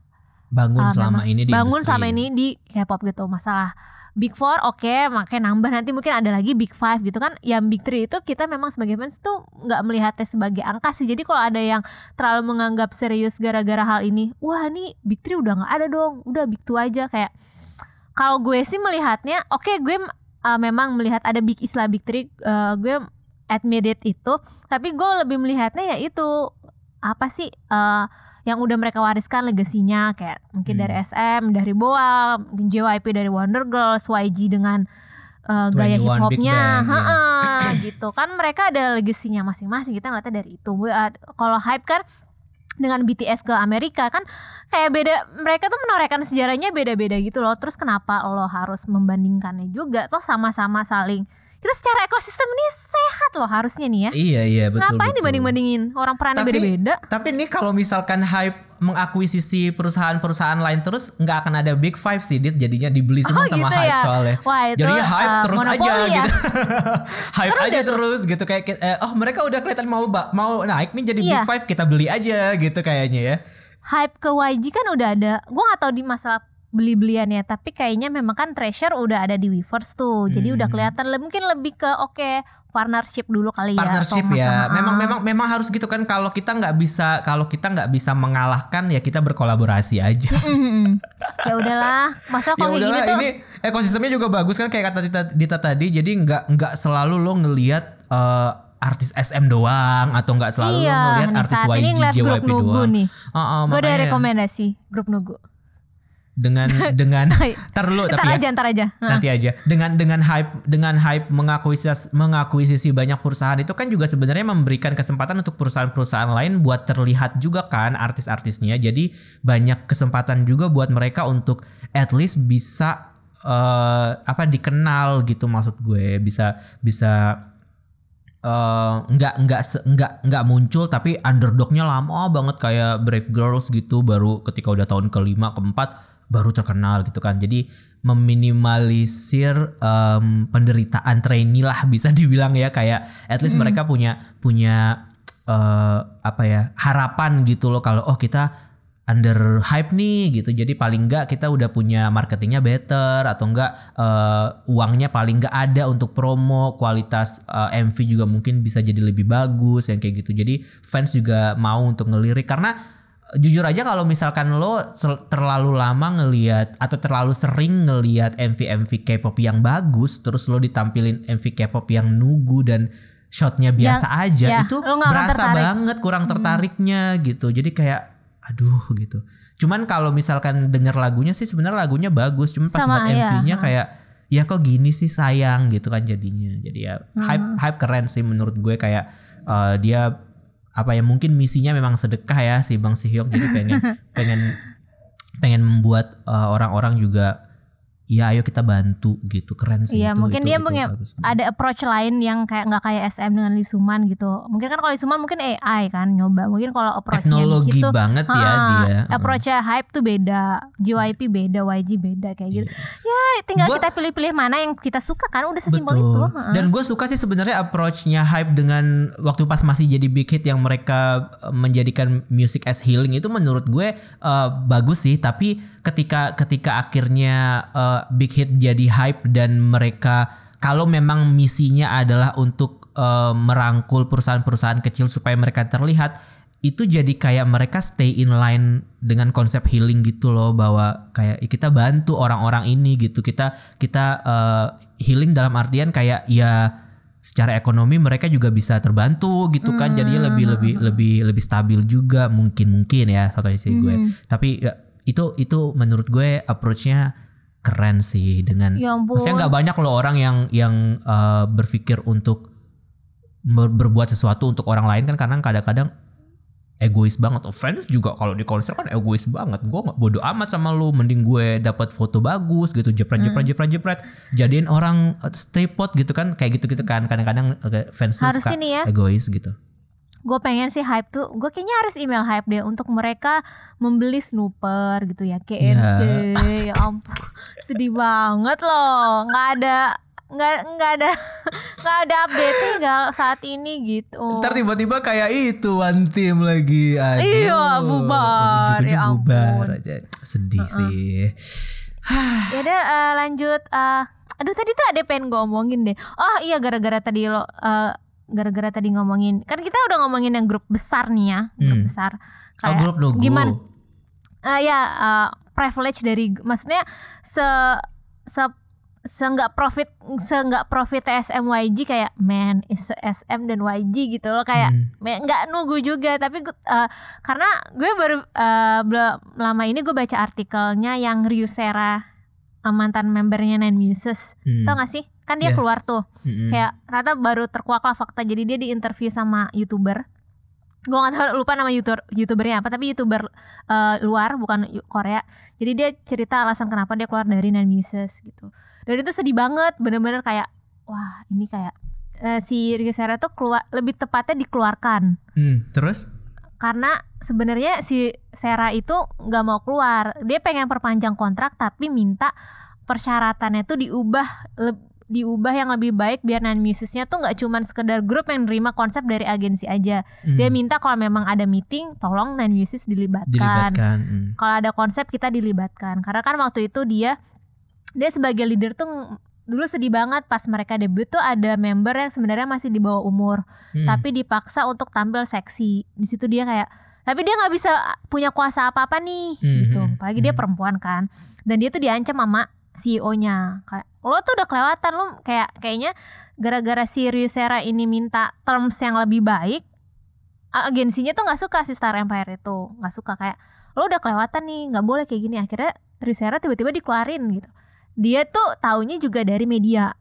bangun selama ini di bangun industri. selama ini di K-pop gitu. Masalah Big Four oke, makanya nambah nanti mungkin ada lagi Big Five gitu kan. Yang Big Three itu kita memang sebagai fans tuh nggak melihatnya sebagai angka sih. Jadi kalau ada yang terlalu menganggap serius gara-gara hal ini, wah nih Big Three udah nggak ada dong, udah Big Two aja. Kayak kalau gue sih melihatnya, oke, gue memang melihat ada Big Isla Big Three, gue admit itu. Tapi gue lebih melihatnya ya itu apa sih yang udah mereka wariskan legasinya, kayak mungkin dari SM, dari BoA, mungkin JYP dari Wonder Girls, YG dengan gaya hip 21 Big hopnya, Bang, gitu kan, mereka ada legasinya masing-masing, kita ngeliatnya dari itu. Kalau hype kan dengan BTS ke Amerika kan kayak beda, mereka tuh menorehkan sejarahnya beda-beda gitu loh. Terus kenapa lo harus membandingkannya juga? Toh sama-sama saling, kita secara ekosistem ini sehat loh harusnya nih ya. Iya betul. Ngapain betul. dibanding-bandingin? Orang perannya beda-beda. Tapi nih kalau misalkan hype mengakuisisi perusahaan-perusahaan lain terus nggak akan ada Big Five sih, Dit, jadinya dibeli semua sama gitu hype ya? soalnya. Wah, itu, jadinya hype terus aja monopoli ya? gitu. Hype Terus aja tuh. terus gitu kayak oh mereka udah kelihatan mau naik nih jadi Iya. Big Five, kita beli aja gitu kayaknya ya. Hype ke YG kan udah ada. Gue gak tahu di masalah beli-belian ya, tapi kayaknya memang kan Treasure udah ada di Weverse tuh. Jadi udah kelihatan mungkin lebih ke partnership dulu kali ya. Partnership Thomas ya. sama Memang harus gitu kan, kalau kita nggak bisa mengalahkan ya kita berkolaborasi aja. ya udahlah, masa Ya kalau kayak gini udahlah, tuh ini ekosistemnya juga bagus kan kayak kata Dita tadi. Jadi nggak selalu lo ngelihat artis SM doang atau nggak selalu lo ngelihat nih, artis saat ini YG ngeliat grup JYP Nugu doang. nih. Gue ada Makanya rekomendasi grup Nugu. dengan ntar aja. Nanti aja dengan hype mengakuisisi banyak perusahaan itu kan juga sebenarnya memberikan kesempatan untuk perusahaan-perusahaan lain buat terlihat juga kan artis-artisnya. Jadi banyak kesempatan juga buat mereka untuk at least bisa dikenal gitu, maksud gue bisa nggak muncul tapi underdognya lama banget kayak Brave Girls gitu, baru ketika udah tahun ke-5 ke-4 baru terkenal gitu kan. Jadi meminimalisir penderitaan trainee lah bisa dibilang ya, kayak at least mereka punya harapan gitu loh kalau kita under hype nih gitu. Jadi paling enggak kita udah punya marketingnya better, atau enggak uangnya paling enggak ada untuk promo, kualitas MV juga mungkin bisa jadi lebih bagus yang kayak gitu. Jadi fans juga mau untuk ngelirik, karena jujur aja kalau misalkan lo terlalu lama ngelihat atau terlalu sering ngelihat MV K-pop yang bagus, terus lo ditampilin MV K-pop yang nugu dan shotnya biasa aja, itu berasa banget kurang tertariknya gitu. Jadi kayak aduh gitu. Cuman kalau misalkan denger lagunya sih sebenarnya lagunya bagus, cuman pas ngeliat MV-nya kayak ya kok gini sih, sayang gitu kan jadinya. Jadi ya hype keren sih menurut gue, kayak dia mungkin misinya memang sedekah ya si Bang Si Hyuk, jadi pengen membuat orang-orang juga ya ayo kita bantu gitu, keren sih. Iya, mungkin dia punya ada approach lain yang kayak nggak kayak SM dengan Lee Suman gitu. Mungkin kan kalau Lee Suman mungkin AI kan nyoba. Mungkin kalau approachnya teknologi gitu, banget ya dia. Approachnya hype tuh beda, JYP beda, YG beda kayak gitu. Ya tinggal kita pilih-pilih mana yang kita suka kan, udah sesimpel itu. Dan gue suka sih sebenarnya approachnya hype dengan waktu pas masih jadi big hit yang mereka menjadikan music as healing itu menurut gue bagus sih. Tapi ketika akhirnya big hit jadi hype dan mereka kalau memang misinya adalah untuk merangkul perusahaan-perusahaan kecil supaya mereka terlihat, itu jadi kayak mereka stay in line dengan konsep healing gitu loh, bahwa kayak kita bantu orang-orang ini gitu, kita healing dalam artian kayak ya secara ekonomi mereka juga bisa terbantu gitu kan, jadinya lebih stabil juga mungkin ya satu sih gue. Tapi ya, itu menurut gue approach-nya keren sih. Dengan maksudnya nggak banyak loh orang yang berpikir untuk berbuat sesuatu untuk orang lain kan, karena kadang-kadang egois banget. Fans juga kalau di konser kan egois banget. Gue bodo amat sama lu, mending gue dapat foto bagus gitu, jepret, jadiin orang stay pot gitu kan, kayak gitu kan. Kadang-kadang fans tuh suka egois gitu. Gue pengen sih hype tuh, gue kayaknya harus email hype deh untuk mereka membeli snooper gitu ya, KNG. Ya ampun, sedih banget loh, nggak ada Nggak ada update nggak saat ini gitu. Ntar tiba-tiba kayak itu One Team lagi. Aduh. Iya, bubar. Ujung-ujung Ya ampun. bubar aja. Sedih sih. Ya udah lanjut. Aduh tadi tuh ada pengen gue omongin deh. Oh iya gara-gara tadi ngomongin, kan kita udah ngomongin yang grup besar nih ya, grup besar. Oh, grup Nugu. Gimana? Privilege dari, maksudnya nggak profit SMYG kayak man is SM dan YG gitu loh, kayak nggak Nugu juga, tapi karena gue baru lama ini gue baca artikelnya yang Ryusera, mantan membernya Nine Muses, tau gak sih? Kan dia keluar tuh, kayak ternyata baru terkuak lah fakta. Jadi dia diinterview sama YouTuber, gue nggak tahu, lupa nama YouTubernya apa, tapi YouTuber luar bukan Korea. Jadi dia cerita alasan kenapa dia keluar dari Nine Muses gitu. Dan itu sedih banget, bener-bener kayak wah ini kayak si Ryusera tuh lebih tepatnya dikeluarkan. Terus? Karena sebenarnya si Sera itu nggak mau keluar, dia pengen perpanjang kontrak tapi minta persyaratannya tuh diubah yang lebih baik biar Nine Musesnya tuh nggak cuman sekedar grup yang nerima konsep dari agensi aja. Dia minta kalau memang ada meeting tolong Nine Muses dilibatkan. Kalau ada konsep kita dilibatkan. Karena kan waktu itu dia sebagai leader tuh dulu sedih banget pas mereka debut tuh ada member yang sebenarnya masih di bawah umur, tapi dipaksa untuk tampil seksi. Di situ dia kayak, tapi dia nggak bisa punya kuasa apa-apa nih, gitu. Apalagi dia perempuan kan, dan dia tuh diancam sama CEO-nya kayak, lo tuh udah kelewatan, lo kayaknya gara-gara si Ryusera ini minta terms yang lebih baik, agensinya tuh nggak suka si Star Empire itu, nggak suka, kayak lo udah kelewatan nih, nggak boleh kayak gini. Akhirnya Ryusera tiba-tiba dikeluarin gitu. Dia tuh taunya juga dari media.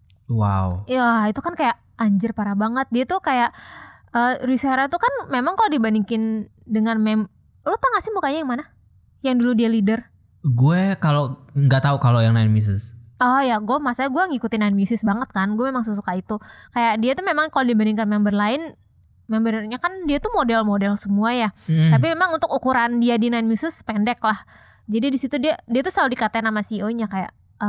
Wow. Ya itu kan kayak anjir parah banget. Dia tuh kayak Ryusera tuh kan memang kalau dibandingin dengan lo tau gak sih mukanya yang mana? Yang dulu dia leader. Gue kalau nggak tahu kalau yang Nine Muses. Oh ya, gue ngikutin Nine Muses banget kan. Gue memang sesuka itu. Kayak dia tuh memang kalau dibandingkan member lain, membernya kan dia tuh model-model semua ya. Tapi memang untuk ukuran dia di Nine Muses pendek lah. Jadi di situ dia tuh selalu dikatain sama CEO-nya kayak,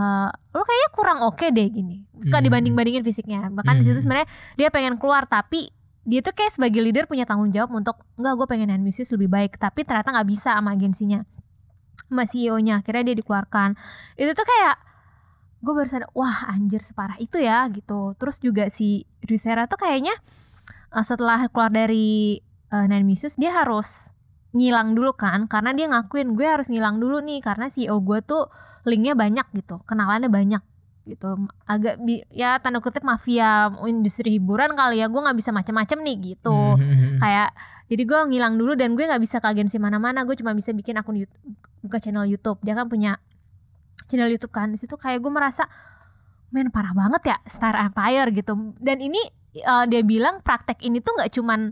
lo kayaknya kurang oke deh gini. Suka dibanding-bandingin fisiknya. Bahkan di situ sebenarnya dia pengen keluar, tapi dia tuh kayak sebagai leader punya tanggung jawab untuk enggak, gue pengen Nine Muses lebih baik, tapi ternyata nggak bisa sama agensinya, sama CEO-nya. Akhirnya dia dikeluarkan. Itu tuh kayak gue baru sadar, wah anjir separah itu ya gitu. Terus juga si Ryusera tuh kayaknya setelah keluar dari Nine Muses dia harus ngilang dulu kan, karena dia ngakuin gue harus ngilang dulu nih karena CEO gue tuh linknya banyak gitu, kenalannya banyak gitu, agak ya tanda kutip mafia industri hiburan kali ya, gue nggak bisa macam-macam nih gitu. Kayak jadi gue ngilang dulu dan gue nggak bisa ke agensi mana-mana, gue cuma bisa bikin akun YouTube, buka channel YouTube. Dia kan punya channel YouTube kan, di situ kayak gue merasa men parah banget ya Star Empire gitu. Dan ini dia bilang praktek ini tuh nggak cuman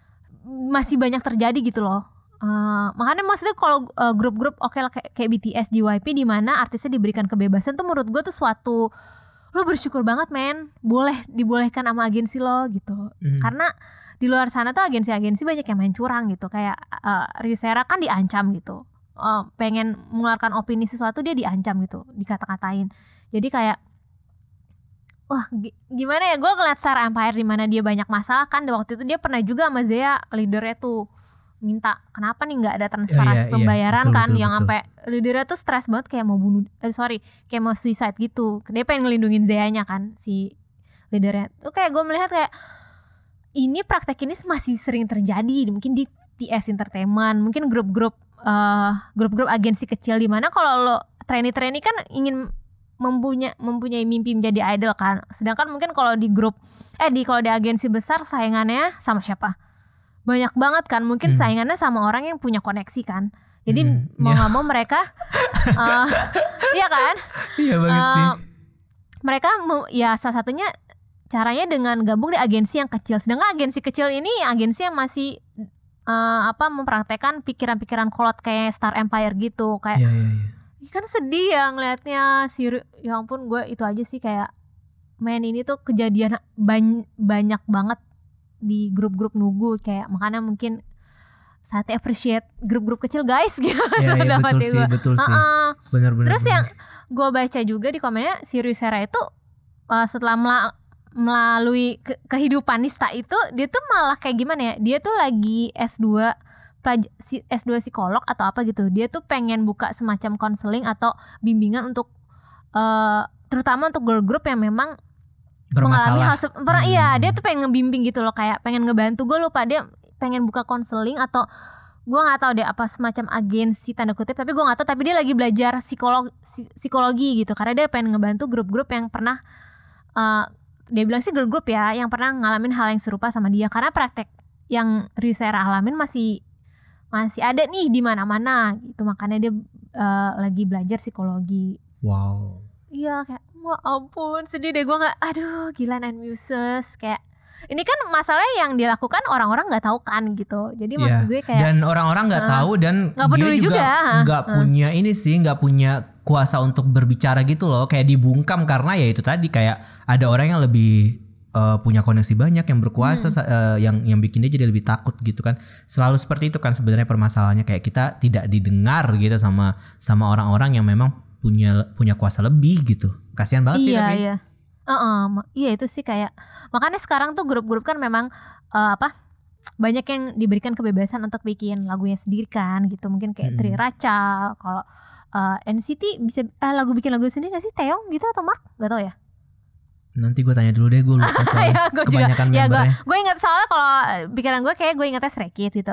masih banyak terjadi gitu loh. Makanya maksudnya kalau grup-grup oke lah kayak BTS, JYP di mana artisnya diberikan kebebasan tuh menurut gue tuh suatu, lo bersyukur banget men, dibolehkan sama agensi lo gitu. Karena di luar sana tuh agensi-agensi banyak yang main curang gitu. Kayak Ryusera kan diancam gitu, pengen mengeluarkan opini sesuatu dia diancam gitu, dikata-katain. Jadi kayak wah gimana ya, gue ngeliat Star Empire di mana dia banyak masalah kan. Waktu itu dia pernah juga sama Zea leadernya tuh minta kenapa nih nggak ada transparansi pembayaran kan, yang sampai leadernya tuh stres banget kayak mau kayak mau suicide gitu. Dia pengen ngelindungin Zea-nya kan si leadernya. Tuh kayak gue melihat kayak ini praktek ini masih sering terjadi mungkin di TS Entertainment, mungkin grup-grup agensi kecil di mana kalau lo trainee kan ingin mempunyai mimpi menjadi idol kan. Sedangkan mungkin kalau di kalau di agensi besar saingannya sama siapa? Banyak banget kan, mungkin saingannya sama orang yang punya koneksi kan. Jadi mau nggak mau mereka iya kan? Iya banget sih. Mereka ya salah satunya caranya dengan gabung di agensi yang kecil. Sedangkan agensi kecil ini agensi yang masih mempraktekkan pikiran-pikiran kolot kayak Star Empire gitu. Kayak kan sedih ya ngelihatnya ya ampun, gue itu aja sih kayak main ini tuh kejadian banyak banget di grup-grup Nugu, kayak makanya mungkin saatnya appreciate grup-grup kecil guys gitu. Iya betul sih. Benar-benar. Terus yang gue baca juga di komennya si Ryusera itu setelah melalui kehidupan Nista itu dia tuh malah kayak gimana ya? Dia tuh lagi S2 S2 psikolog atau apa gitu. Dia tuh pengen buka semacam konseling atau bimbingan untuk terutama untuk girl group yang memang mengalami hal iya, dia tuh pengen ngebimbing gitu loh, kayak pengen ngebantu. Gue lupa dia pengen buka konseling atau gue nggak tahu deh apa semacam agensi tanda kutip, tapi gue nggak tahu. Tapi dia lagi belajar psikologi gitu karena dia pengen ngebantu grup-grup yang pernah dia bilang sih girl group ya yang pernah ngalamin hal yang serupa sama dia, karena praktek yang Ryusera alamin masih ada nih di mana-mana gitu. Makanya dia lagi belajar psikologi. Wow. Iya kayak wah ampun sedih deh gue, nggak aduh gila Nine Muses. Kayak ini kan masalah yang dilakukan orang-orang nggak tahu kan gitu. Jadi maksud gue kayak dan orang-orang nggak tahu dan gak dia juga nggak punya ini sih, nggak punya kuasa untuk berbicara gitu loh, kayak dibungkam karena ya itu tadi kayak ada orang yang lebih punya koneksi banyak yang berkuasa yang bikin dia jadi lebih takut gitu kan. Selalu seperti itu kan sebenarnya permasalahannya, kayak kita tidak didengar gitu sama orang-orang yang memang punya kuasa lebih gitu. Kasihan banget sih tapi. Iya. Iya itu sih kayak makanya sekarang tuh grup-grup kan memang banyak yang diberikan kebebasan untuk bikin lagunya sendiri kan gitu. Mungkin kayak Tri Raca, kalau NCT bisa bikin lagu sendiri gak sih, Taeyong gitu atau Mark? Gak tau ya. Nanti gue tanya dulu deh, gue lupa soalnya kebanyakan membernya. Gue ingat soalnya kalau pikiran gue kayak gue ingetnya Stray Kids gitu.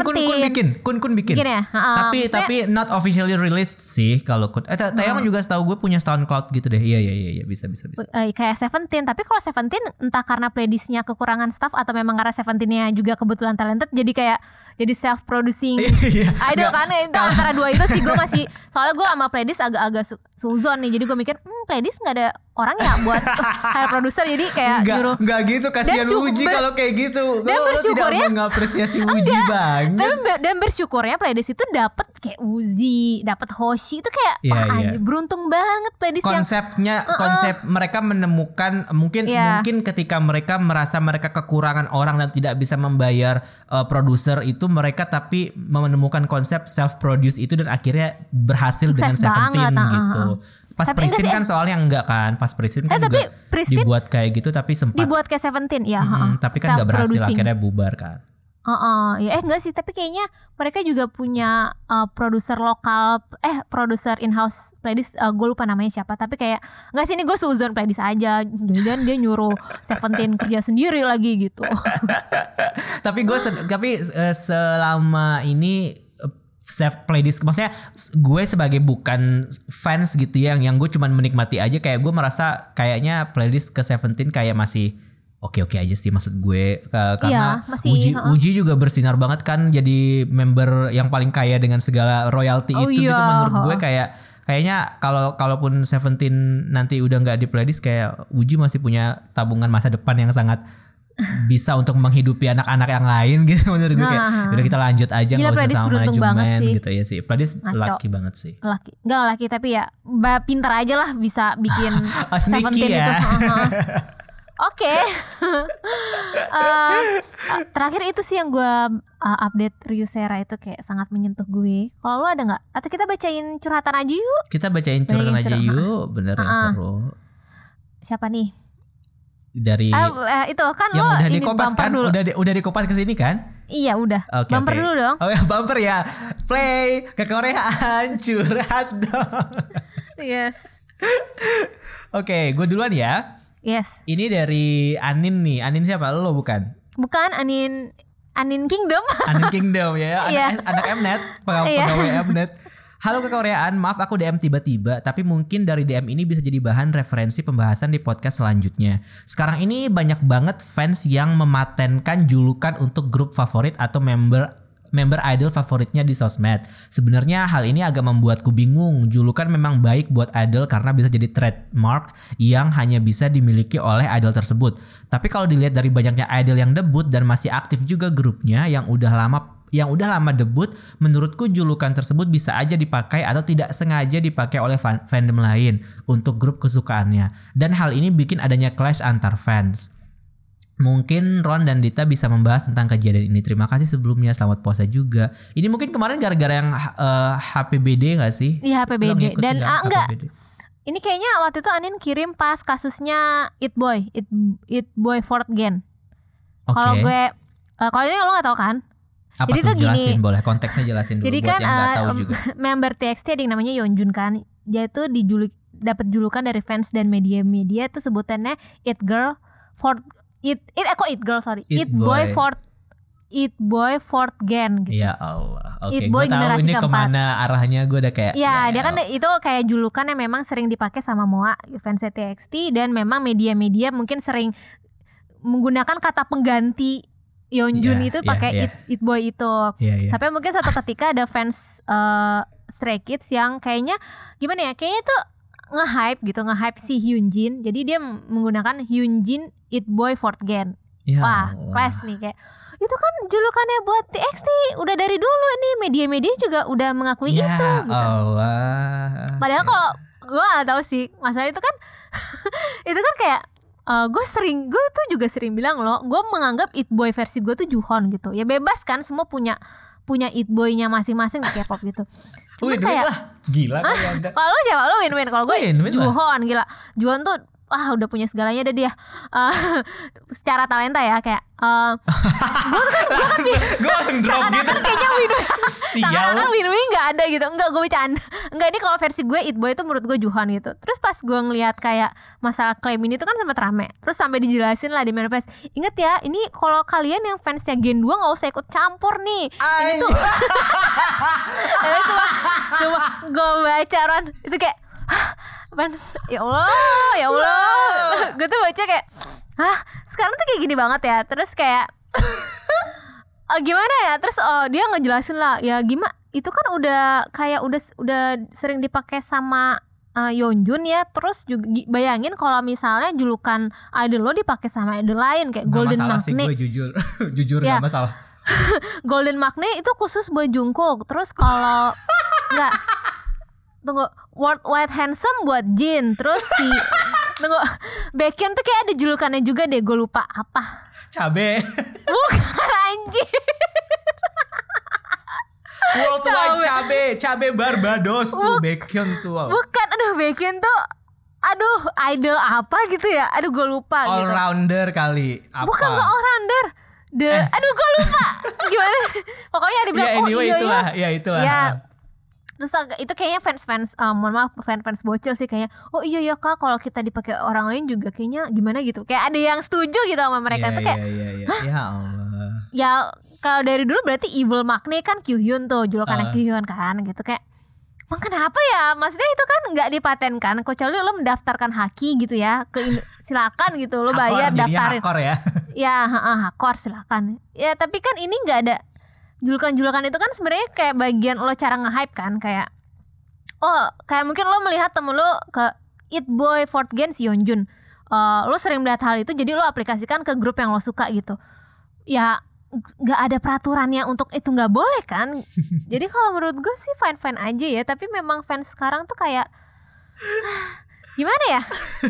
Kun bikin ya. Tapi not officially released sih kalau Kun. Taeyong juga setahu gue punya SoundCloud gitu deh. Iya bisa. Kayak Seventeen, tapi kalau Seventeen entah karena playlistnya kekurangan staff atau memang karena Seventeennya juga kebetulan talented, jadi self producing idol kan. Itu antara dua itu sih gue masih, soalnya gue sama playlist agak suzon nih, jadi gue mikir playlist nggak ada orang ya buat hire produser, jadi kayak nyuruh. Nggak gitu, kasihan Wuji kalau kayak gitu. Dan bersyukurnya tidak mengapresiasi Wuji banget. Dan bersyukurnya playlist itu dapet kayak Uzi, dapet Hoshi, itu kayak beruntung banget playlist konsepnya. Konsep mereka menemukan mungkin ketika mereka merasa mereka kekurangan orang dan tidak bisa membayar produser itu, mereka tapi menemukan konsep self produce itu dan akhirnya berhasil dengan Seventeen gitu. Pas Pristin kan soalnya enggak kan, pas Pristin kan juga dibuat kayak gitu tapi sempat dibuat kayak Seventeen ya. Tapi kan nggak berhasil, akhirnya bubar kan. Enggak sih, tapi kayaknya mereka juga punya produser lokal, produser in-house playlist, gue lupa namanya siapa, tapi kayak enggak sih, ini gue suzon playlist aja, dan dia nyuruh Seventeen kerja sendiri lagi gitu. Tapi selama ini self playlist, maksudnya gue sebagai bukan fans gitu ya, yang gue cuman menikmati aja, kayak gue merasa kayaknya playlist ke Seventeen kayak masih oke aja sih, maksud gue karena Uji juga bersinar banget kan, jadi member yang paling kaya dengan segala royalti itu gitu. Menurut gue kayaknya kalaupun Seventeen nanti udah nggak di playlist, kayak Uji masih punya tabungan masa depan yang sangat bisa untuk menghidupi anak-anak yang lain gitu. Menurut gue kayak udah kita lanjut aja, nggak usah sama manajemen gitu ya sih. Playlist laki banget sih. Nggak laki tapi ya pintar aja lah bisa bikin Seventeen ya. Itu. Oke. Terakhir itu sih yang gue update Ryusera itu kayak sangat menyentuh gue. Kalau lo ada nggak? Atau kita bacain curhatan aja yuk? Kita bacain curhatan aja yuk. Bener yang seru. Siapa nih? Dari itu kan yang lo udah ini dikopas kan? dulu. Udah dikopas ke sini kan? Iya udah. Bumper dulu dong. Oh ya, bumper ya. Play ke Koreaan, curhat dong. Yes. Oke, gue duluan ya. Yes. Ini dari Anin nih. Anin siapa? Lo bukan? Bukan, Anin Kingdom. Anin Kingdom ya. Anak Mnet, pegawai Mnet. Halo kekoreaan, maaf aku DM tiba-tiba, tapi mungkin dari DM ini bisa jadi bahan referensi pembahasan di podcast selanjutnya. Sekarang ini banyak banget fans yang mematenkan julukan untuk grup favorit atau member idol favoritnya di sosmed. Sebenarnya hal ini agak membuatku bingung. Julukan memang baik buat idol karena bisa jadi trademark yang hanya bisa dimiliki oleh idol tersebut. Tapi kalau dilihat dari banyaknya idol yang debut dan masih aktif juga grupnya yang udah lama debut, menurutku julukan tersebut bisa aja dipakai atau tidak sengaja dipakai oleh fandom lain untuk grup kesukaannya. Dan hal ini bikin adanya clash antar fans. Mungkin Ron dan Dita bisa membahas tentang kejadian ini. Terima kasih sebelumnya, selamat puasa juga. Ini mungkin kemarin gara-gara yang HPBD gak sih? Iya HPBD. Dan enggak, Ini kayaknya waktu itu Anin kirim pas kasusnya It Boy Fort Gen. Kalau gue kalau ini lo nggak tahu kan? Apa jadi tuh, tuh gini, jelasin boleh, konteksnya jelasin dulu jadi buat kan yang nggak tahu juga. Member TXT ada yang namanya Yeonjun kan. Dia tuh dapat julukan dari fans dan media-media tuh sebutannya It Boy Fort Gen gitu. Ya Allah. Oke, It Boy gue tahu generasi ini keempat. kemana arahnya, gue udah kayak. Ya, dia kan itu kayak julukan yang memang sering dipakai sama MOA fans TXT, dan memang media-media mungkin sering menggunakan kata pengganti Yeonjun itu pakai It Boy itu. Tapi mungkin suatu ketika ada fans Stray Kids yang kayaknya gimana ya? Kayaknya tuh nge-hype si Hyunjin. Jadi dia menggunakan Hyunjin It Boy Fort Gen. Wah, kelas nih kayak. Itu kan julukannya buat TXT udah dari dulu nih, media-media juga udah mengakui itu gitu. Allah. Padahal kalau gue gak tahu sih, masalah itu kan itu kan kayak gue tuh juga sering bilang loh, gue menganggap It Boy versi gue tuh Juhon gitu. Ya bebas kan, semua punya It Boy-nya masing-masing di K-pop gitu. Win lah, gila kan. Kalau lu siapa? Lu Win. Kalau gue Juhon, gila. Juhon tuh udah punya segalanya deh dia. Secara talenta ya kayak gue langsung drop gitu. Kayaknya Win-Win Win-Win gak ada gitu. Enggak, gue bercanda. Enggak, ini kalau versi gue It Boy itu menurut gue Juhon gitu. Terus pas gue ngeliat kayak masalah klaim ini tuh kan sempat rame. Terus sampai dijelasin lah di manifest, inget ya, ini kalau kalian yang fansnya Gen 2 gak usah ikut campur nih. Ini tuh coba gue baca Ron, itu kayak fans, ya Allah gue tuh baca kayak sekarang tuh kayak gini banget ya. Terus kayak gimana ya, terus dia ngejelasin lah ya gimana, itu kan udah kayak udah sering dipakai sama Yeonjun ya. Terus juga bayangin kalau misalnya julukan idol lo dipakai sama idol lain kayak Golden Magne. Gue jujur ya. Gak masalah. Golden Magne itu khusus buat Jungkook. Terus kalau enggak, tunggu, Worldwide Handsome buat Jin. Terus Baekhyun tuh kayak ada julukannya juga deh, gue lupa apa. Cabe. Bukan anjir. Worldwide Cabe Barbados tuh Baekhyun tuh. Bukan, Baekhyun tuh idol apa gitu ya. Gue lupa all gitu. Rounder kali. Apa? Bukan all-rounder. Gue lupa. Gimana sih? Pokoknya dibilang itulah. Ya. Terus itu kayaknya fans mohon maaf, fans bocil sih kayaknya. Oh iya ya Kak, kalau kita dipakai orang lain juga kayaknya gimana gitu. Kayak ada yang setuju gitu sama mereka tuh kayak. Ya Allah. Ya kalau dari dulu berarti Evil Magne kan Kyuhyun tuh, julukannya Kyuhyun kan gitu kayak. Emang kenapa ya? Maksudnya itu kan nggak dipatenkan, kecuali lo mendaftarkan haki gitu ya, silakan gitu lo bayar daftarin. Hakor ya? Ya, hakor silakan. Ya tapi kan ini nggak ada julukan itu kan sebenarnya kayak bagian lo cara nge-hype kan, kayak kayak mungkin lo melihat temen lo ke It Boy Fort Gen si Yeonjun, lo sering melihat hal itu jadi lo aplikasikan ke grup yang lo suka gitu. Ya nggak ada peraturannya untuk itu nggak boleh kan. Jadi kalau menurut gue sih fine aja ya, tapi memang fans sekarang tuh kayak gimana ya?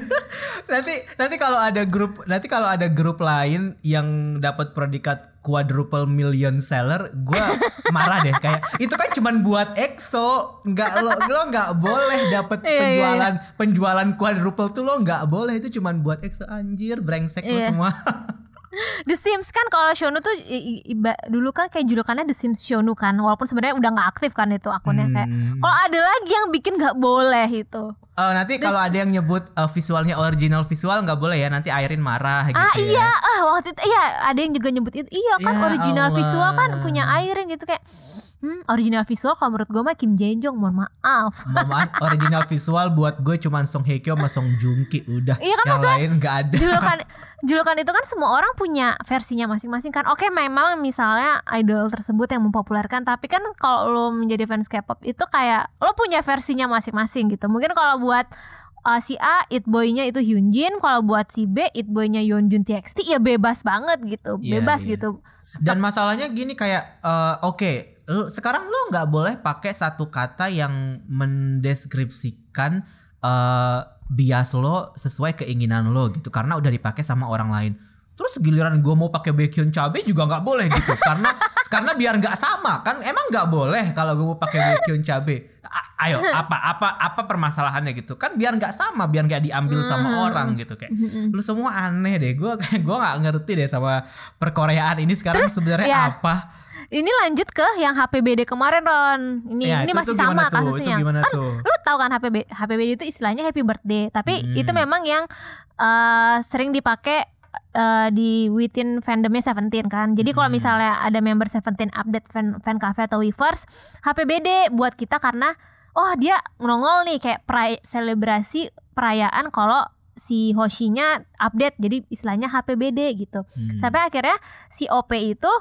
nanti kalau ada grup lain yang dapat predikat quadruple million seller, gue marah deh kayak itu kan cuman buat EXO, lo nggak boleh dapat penjualan quadruple tuh, lo nggak boleh, itu cuman buat EXO. Anjir, brengsek lo semua. The Sims kan kalau Shonu tuh dulu kan kayak julukannya The Sims Shonu kan, walaupun sebenarnya udah nggak aktif kan itu akunnya. Kayak kalau ada lagi yang bikin nggak boleh itu. Nanti kalau ada yang nyebut visualnya original visual nggak boleh ya, nanti Airin marah gitu. Iya, waktu itu ada yang juga nyebut itu. Iya kan ya original Allah. Visual kan punya Airin gitu kayak. Original visual kalau menurut gue mah Kim Jae-jong, mohon maaf. Original visual buat gue cuman Song Hye Kyo sama Song Joong Ki udah. Iya kan, yang lain nggak ada. Julukan itu kan semua orang punya versinya masing-masing kan. Oke, memang misalnya idol tersebut yang mempopulerkan, tapi kan kalau lo menjadi fans K-pop itu kayak lo punya versinya masing-masing gitu. Mungkin kalau buat si A It Boy-nya itu Hyunjin, kalau buat si B It Boy-nya Yeonjun TXT ya bebas banget gitu. Bebas gitu. Dan masalahnya gini kayak sekarang lo nggak boleh pakai satu kata yang mendeskripsikan bias lo sesuai keinginan lo gitu, karena udah dipakai sama orang lain. Terus giliran gue mau pakai Baekhyun cabe juga nggak boleh gitu karena biar nggak sama kan, emang nggak boleh kalau gue mau pakai Baekhyun cabe. Ayo apa permasalahannya gitu kan, biar nggak sama, biar nggak diambil sama orang gitu kayak. Lu semua aneh deh, gue nggak ngerti deh sama perkoreaan ini sekarang sebenarnya apa. Ini lanjut ke yang HPBD kemarin, Ron. Ini masih sama kasusnya. Kan lu tahu kan HPBD itu istilahnya happy birthday, tapi itu memang yang sering dipakai di within fandomnya Seventeen kan. Jadi kalau misalnya ada member Seventeen update fan cafe atau Weverse, HPBD buat kita karena dia nongol nih kayak selebrasi perayaan kalau si Hoshinya update, jadi istilahnya HPBD gitu. Sampai akhirnya si OP itu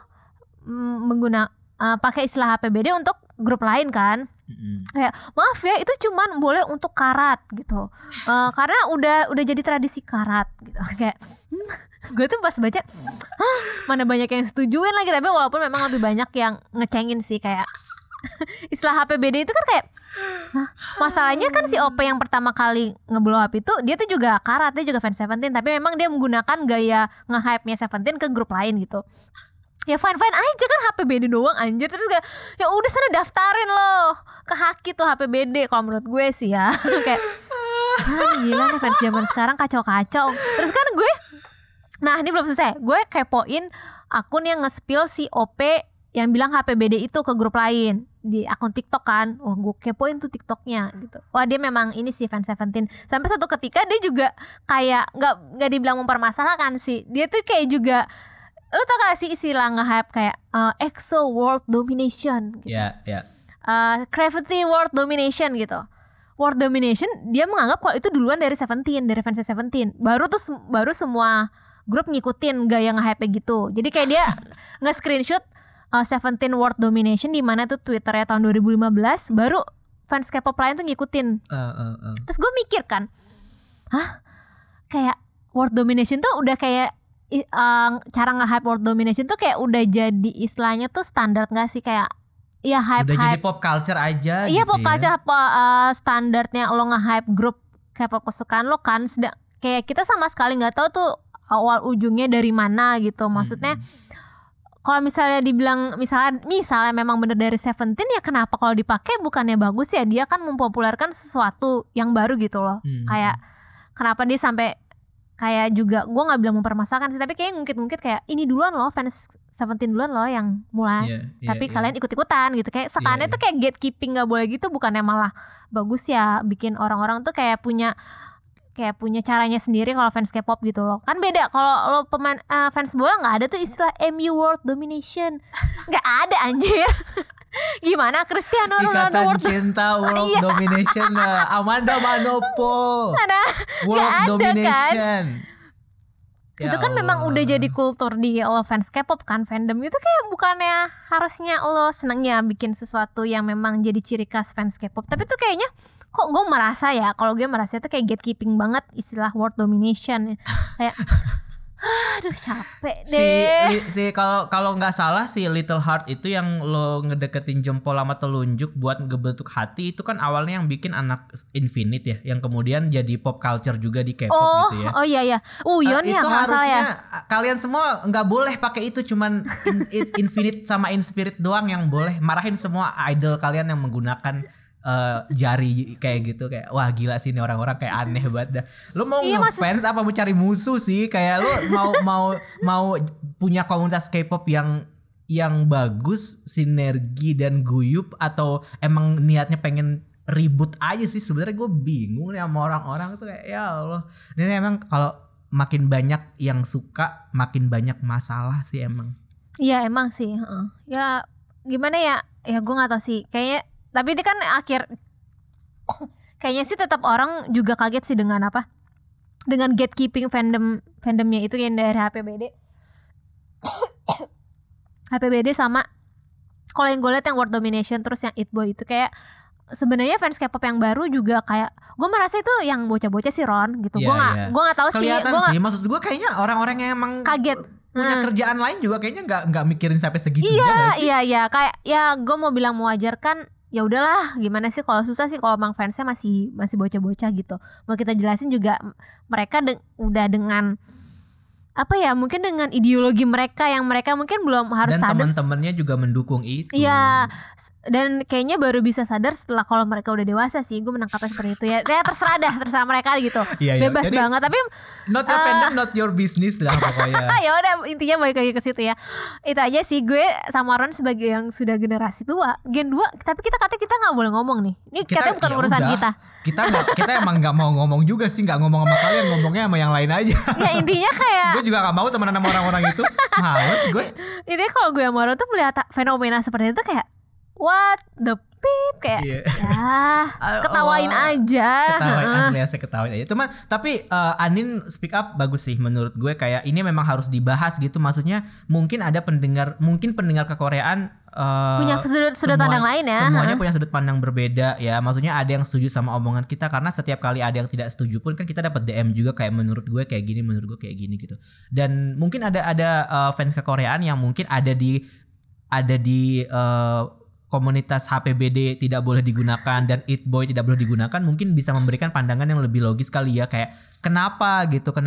pakai istilah HPBD untuk grup lain kan. Kayak maaf ya, itu cuman boleh untuk karat gitu. Karena udah jadi tradisi karat gitu. Kayak gue tuh pas baca mana banyak yang setujuin lagi, tapi walaupun memang lebih banyak yang ngecengin sih kayak istilah HPBD itu kan kayak masalahnya kan si OP yang pertama kali ngeblow up itu dia tuh juga karat, dia juga fans Seventeen, tapi memang dia menggunakan gaya nge-hype-nya Seventeen ke grup lain gitu. Ya fine aja kan HPBD doang anjir. Terus kayak ya udah sana daftarin loh ke Haki tuh HPBD kalau menurut gue sih ya. Kayak gila nih fans zaman sekarang kacau-kacau. Terus kan gue, nah ini belum selesai, gue kepoin akun yang nge-spill si OP yang bilang HPBD itu ke grup lain di akun TikTok kan. Wah gue kepoin tuh TikToknya gitu. Wah dia memang ini sih fans Seventeen. Sampai satu ketika dia juga kayak nggak dibilang mempermasalahkan sih, dia tuh kayak juga, lo tau gak sih istilah nge-hype kayak EXO World Domination gitu. Gravity World Domination gitu. World Domination dia menganggap kalau itu duluan dari Seventeen, dari fans Seventeen. Baru semua grup ngikutin gaya nge-hype gitu. Jadi kayak dia nge-screenshot Seventeen World Domination di mana tuh Twitternya tahun 2015, baru fans K-pop lain tuh ngikutin. Terus gue mikir kan, kayak World Domination tuh udah kayak cara nge-hype World Domination tuh kayak udah jadi istilahnya tuh standar gak sih, kayak ya hype udah jadi pop culture aja. Iya gitu pop culture standarnya lo nge-hype grup K-pop kesukaan lo kan. Kayak kita sama sekali nggak tahu tuh awal ujungnya dari mana gitu. Maksudnya kalau misalnya dibilang misalnya memang bener dari Seventeen, ya kenapa kalau dipakai bukannya bagus ya? Dia kan mempopulerkan sesuatu yang baru gitu loh. Kayak kenapa dia sampai kayak juga, gue nggak bilang mempermasalahkan sih, tapi kayak ngungkit-ngungkit kayak ini duluan loh, fans Seventeen duluan loh yang mulai, tapi kalian ikut-ikutan gitu. Kayak sekarang tuh kayak gatekeeping nggak boleh gitu, bukannya malah bagus ya, bikin orang-orang tuh kayak punya caranya sendiri kalau fans K-pop gitu loh. Kan beda kalau lo pemain fans bola, nggak ada tuh istilah MU World Domination, nggak ada anjir. Gimana Cristiano Ronaldo World Domination, Amanda Manopo World Domination kan? Itu kan memang udah jadi kultur di lo fans K-pop kan, fandom itu kayak bukannya harusnya lo senengnya bikin sesuatu yang memang jadi ciri khas fans K-pop, tapi tuh kayaknya kok gue merasa itu kayak gatekeeping banget istilah World Domination kayak aduh capek deh. Si kalau nggak salah si Little Heart itu yang lo ngedeketin jempol sama telunjuk buat ngebentuk hati, itu kan awalnya yang bikin anak Infinite ya, yang kemudian jadi pop culture juga di K-pop gitu ya. Oh iya Uyon itu harusnya kalian semua nggak boleh pakai itu, cuman Infinite sama Inspirit doang yang boleh. Marahin semua idol kalian yang menggunakan jari kayak gitu, kayak wah gila sih ini orang-orang kayak aneh banget dah. Lu mau ngefans apa mau cari musuh sih? Kayak lu mau punya komunitas K-pop yang bagus, sinergi dan guyup, atau emang niatnya pengen ribut aja sih? Sebenarnya gue bingung nih sama orang-orang tuh, kayak ya Allah. Ini emang kalau makin banyak yang suka makin banyak masalah sih emang. Iya emang sih. Ya gimana ya? Ya gue nggak tahu sih. Kayaknya tapi ini kan kayaknya sih tetap orang juga kaget sih dengan dengan gatekeeping fandomnya itu yang dari HPBD sama kalau yang gue liat yang World Domination terus yang It Boy itu kayak sebenarnya fans K-pop yang baru juga kayak gue merasa itu yang bocah-bocah sih Ron gitu. Gue nggak tahu sih. Kelihatan sih. Maksud gue kayaknya orang-orang yang emang kaget. Punya kerjaan lain juga kayaknya nggak mikirin sampai segitunya. Iya kayak ya gue mau bilang mewajarkan. Ya udahlah, gimana sih kalau susah sih kalau emang fansnya masih bocah-bocah gitu. Mau kita jelasin juga mereka udah dengan apa ya, mungkin dengan ideologi mereka yang mereka mungkin belum harus dan sadar. Dan teman-temannya juga mendukung itu. Iya, dan kayaknya baru bisa sadar setelah kalau mereka udah dewasa sih. Gue menangkapnya seperti itu ya. Ya terserah mereka gitu. Iya. Bebas Jadi, banget. Tapi not your fandom, not your business lah pokoknya. ya udah, intinya balik lagi ke situ ya. Itu aja sih, gue sama Ron sebagai yang sudah generasi tua, Gen 2. Tapi kita katanya kita nggak boleh ngomong nih. Ini katanya bukan urusan kita. Kita emang nggak mau ngomong juga sih, nggak ngomong sama kalian, ngomongnya sama yang lain aja. Ya intinya kayak gue juga nggak mau temenan sama orang-orang itu, males gue. Intinya kalau gue sama Ron tuh melihat fenomena seperti itu kayak what the beep, kayak Iya. ya ketawain aja. Asli ketawain aja. Cuman tapi Anin speak up bagus sih menurut gue, kayak ini memang harus dibahas gitu. Maksudnya mungkin ada pendengar kekoreaan punya sudut pandang lain ya. Semuanya punya sudut pandang berbeda ya. Maksudnya ada yang setuju sama omongan kita, karena setiap kali ada yang tidak setuju pun kan kita dapat DM juga kayak menurut gue kayak gini, menurut gue kayak gini gitu. Dan mungkin ada fans kekoreaan yang mungkin ada di komunitas HPBD tidak boleh digunakan dan It Boy tidak boleh digunakan, mungkin bisa memberikan pandangan yang lebih logis kali ya, kayak kenapa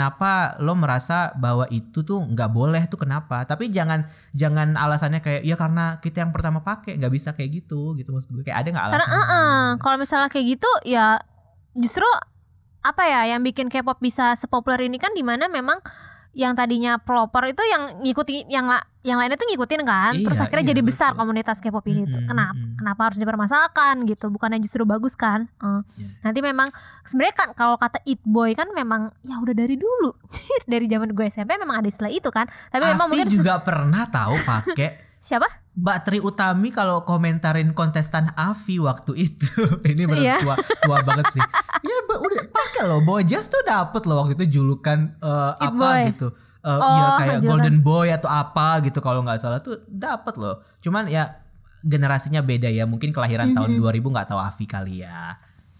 lo merasa bahwa itu tuh nggak boleh tuh, kenapa? Tapi jangan alasannya kayak ya karena kita yang pertama pakai, nggak bisa kayak gitu maksud gue, kayak ada nggak alasan? Karena kalau misalnya kayak gitu ya justru apa ya yang bikin K-pop bisa sepopuler ini kan, dimana memang yang tadinya pelopor itu yang ngikutin yang lainnya tuh ngikutin kan. Terus akhirnya jadi besar komunitas K-pop ini tuh. Kenapa harus dipermasalahkan gitu? Bukannya justru bagus kan? Nanti memang sebenarnya kan kalau kata It Boy kan memang ya udah dari dulu. Dari zaman gue SMP memang ada istilah itu kan. Tapi memang mungkin juga pernah tahu pakai. Siapa? Mbak Tri Utami kalau komentarin kontestan Avi waktu itu. Ini bener tua banget sih. Ya udah pakai loh, Bojas tuh dapet loh waktu itu julukan apa boy. gitu. Ya kayak Golden Boy atau apa gitu kalau nggak salah tuh dapet loh. Cuman ya generasinya beda ya. Mungkin kelahiran tahun 2000 nggak tahu Avi kali ya.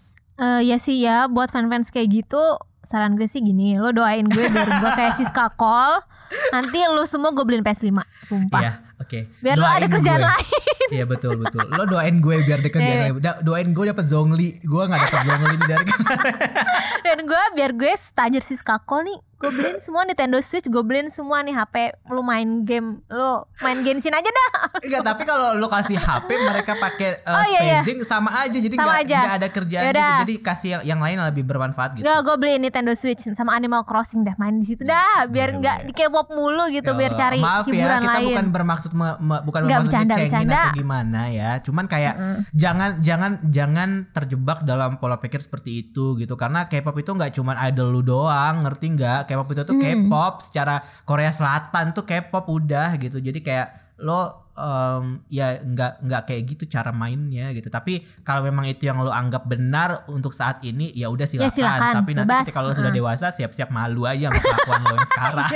Ya sih ya, buat fans kayak gitu saran gue sih gini, lo doain gue biar gue kayak Siska Kol. Nanti lo semua gue beliin PS5, sumpah. Iya, oke. Biar lo ada kerjaan lain. Iya betul. Lo doain gue biar ada kerjaan lain. Doain gue dapet Zhongli. Gue nggak dapet Zhongli dari kemarin. Dan gue biar gue tajir Siska Kol nih, gue beliin semua Nintendo Switch, gue beliin semua nih HP. Lo main Genshin aja dah. Enggak, tapi kalau lo kasih HP mereka pakai spacing sama aja, jadi nggak ada kerjaan gitu. Jadi kasih yang lain yang lebih bermanfaat gitu. Gue beliin Nintendo Switch sama Animal Crossing dah, main di situ dah, biar nggak di K-pop mulu gitu, biar cari hiburan lain. Maaf ya, kita bukan bermaksud ngecengin atau gimana ya. Cuman kayak jangan terjebak dalam pola pikir seperti itu gitu, karena K-pop itu nggak cuman idol lu doang, ngerti nggak? K-pop itu tuh K-pop secara Korea Selatan tuh K-pop udah gitu. Jadi kayak lo ya nggak kayak gitu cara mainnya gitu. Tapi kalau memang itu yang lo anggap benar untuk saat ini ya udah silakan. Tapi nanti kalau lo sudah dewasa siap-siap malu aja sama kelakuan lo yang sekarang.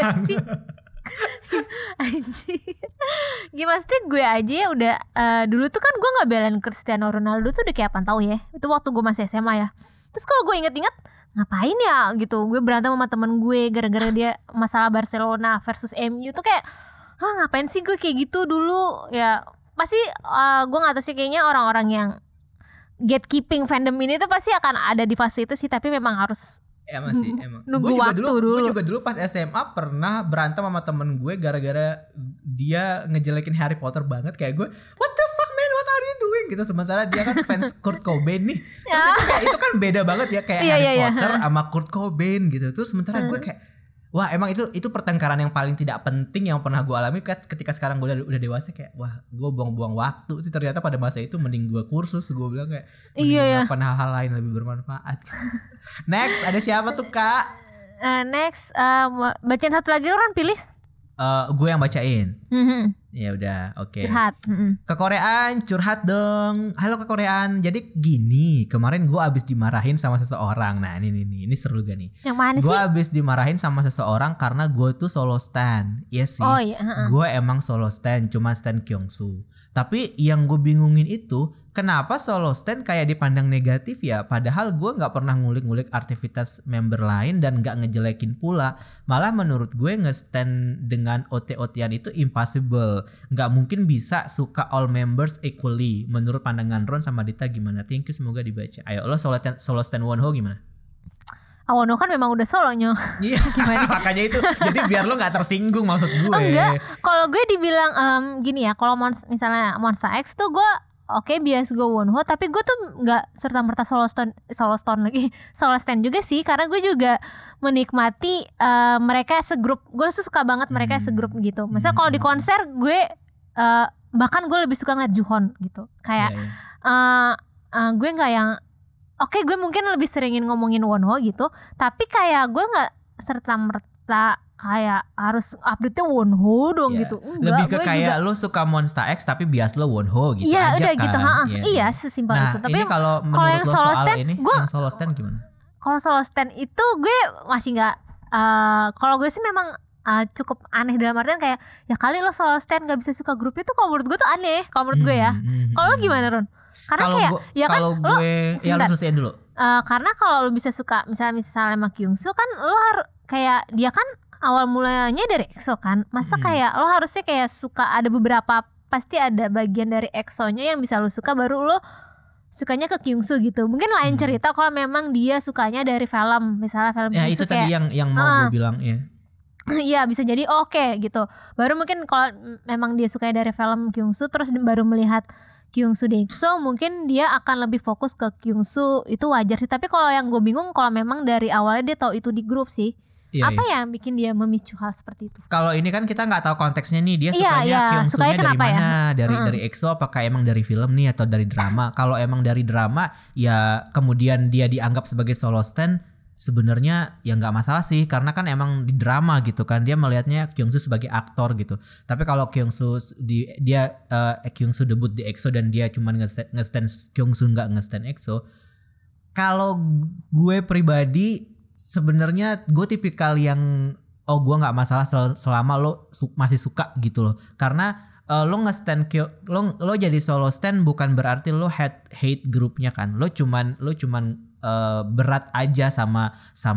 Anjir. Gimana sih, gue aja ya udah dulu tuh kan gue nggak belain Cristiano Ronaldo tuh udah kayak apa tahu ya. Itu waktu gue masih SMA ya. Terus kalau gue inget-inget, ngapain ya gitu, gue berantem sama temen gue gara-gara dia masalah Barcelona versus MU tuh kayak ngapain sih gue kayak gitu dulu ya. Pasti gue gak tahu sih, kayaknya orang-orang yang gatekeeping fandom ini tuh pasti akan ada di fase itu sih. Tapi memang harus emang nunggu waktu dulu. Gue juga dulu pas SMA pernah berantem sama temen gue gara-gara dia ngejelekin Harry Potter banget. Kayak gue, what the fuck man, what are you doing gitu. Sementara dia kan fans Kurt Cobain nih. Terus itu kan beda banget ya, kayak Harry Potter sama Kurt Cobain gitu. Terus sementara gue kayak, wah emang itu pertengkaran yang paling tidak penting yang pernah gue alami ketika sekarang gue udah dewasa. Kayak wah gue buang-buang waktu sih, ternyata pada masa itu mending gue kursus. Gue bilang kayak melakukan hal-hal lain lebih bermanfaat. Next ada siapa tuh Kak? Next bacain satu lagi, lo kan pilih. Gue yang bacain. Ya udah, oke. Curhat. Kekoreaan, curhat dong. Halo Kekoreaan. Jadi gini, kemarin gue abis dimarahin sama seseorang. Nah ini seru gak nih? Yang mana sih? Gue abis dimarahin sama seseorang karena gue tuh solo stan. Iya sih. Oh iya. Gue emang solo stan, cuma stan Kyungsu. Tapi yang gue bingungin itu, kenapa solo stan kayak dipandang negatif ya? Padahal gue gak pernah ngulik-ngulik aktivitas member lain dan gak ngejelekin pula. Malah menurut gue nge-stan dengan OT-OTan itu impossible. Gak mungkin bisa suka all members equally. Menurut pandangan Ron sama Dita gimana? Thank you, semoga dibaca. Ayo lo solo stan Wonho gimana? Wonho kan memang udah solonya. Iya. Makanya itu. Jadi biar lo nggak tersinggung maksud gue. Enggak. Kalau gue dibilang gini ya, kalau misalnya Monsta X tuh gue bias gue Wonho, tapi gue tuh nggak serta-merta solo stand juga sih, karena gue juga menikmati mereka segrup. Gue tuh suka banget mereka segrup gitu. Misalnya kalau di konser gue bahkan gue lebih suka ngeliat Jooheon gitu. Kayak gue nggak yang gue mungkin lebih seringin ngomongin Wonho gitu, tapi kayak gue nggak serta-merta kayak harus update-nya Wonho dong gitu. Enggak, lebih ke kayak lo suka Monsta X tapi bias lo Wonho gitu aja udah kan. Gitu, iya sesimpel itu. Tapi ini kalau menurut yang lo solo soal stand, ini, yang solo stand gimana? Kalau solo stand itu gue masih nggak. Kalau gue sih memang cukup aneh dalam artian kayak ya kali lo solo stand nggak bisa suka grup itu, kalau menurut gue tuh aneh. Kalau menurut gue ya. Kalau lo gimana Ron? Karena kalo kayak ya kan lo selesaiin dulu. Karena kalau lo bisa suka misalnya sama Kyungsoo kan, lo harus kayak dia kan awal mulanya dari EXO kan. Masa kayak lo harusnya kayak suka, ada beberapa pasti ada bagian dari EXO-nya yang bisa lo suka, baru lo sukanya ke Kyungsoo gitu. Mungkin lain cerita kalau memang dia sukanya dari film, misalnya film ya Kyungsoo itu tadi yang mau gue bilang ya. Iya bisa jadi oke gitu. Baru mungkin kalau memang dia sukanya dari film Kyungsoo terus baru melihat Kyungsoo di EXO, mungkin dia akan lebih fokus ke Kyungsoo, itu wajar sih. Tapi kalau yang gue bingung kalau memang dari awalnya dia tahu itu di grup sih. Apa yang bikin dia memicu hal seperti itu? Kalau ini kan kita nggak tahu konteksnya nih, dia sukanya Kyungsoo-nya dari mana? Dari EXO apakah emang dari film nih atau dari drama? Kalau emang dari drama ya kemudian dia dianggap sebagai solo stand, sebenarnya ya nggak masalah sih, karena kan emang di drama gitu kan, dia melihatnya Kyungsoo sebagai aktor gitu. Tapi kalau Kyungsoo Kyungsoo debut di EXO dan dia cuma nge-stand Kyungsoo, nggak nge-stand EXO, kalau gue pribadi sebenarnya gue tipikal yang gue nggak masalah selama lo masih suka gitu loh. Karena lo nge-stand lo jadi solo stand bukan berarti lo hate grupnya kan. Lo cuman berat aja sama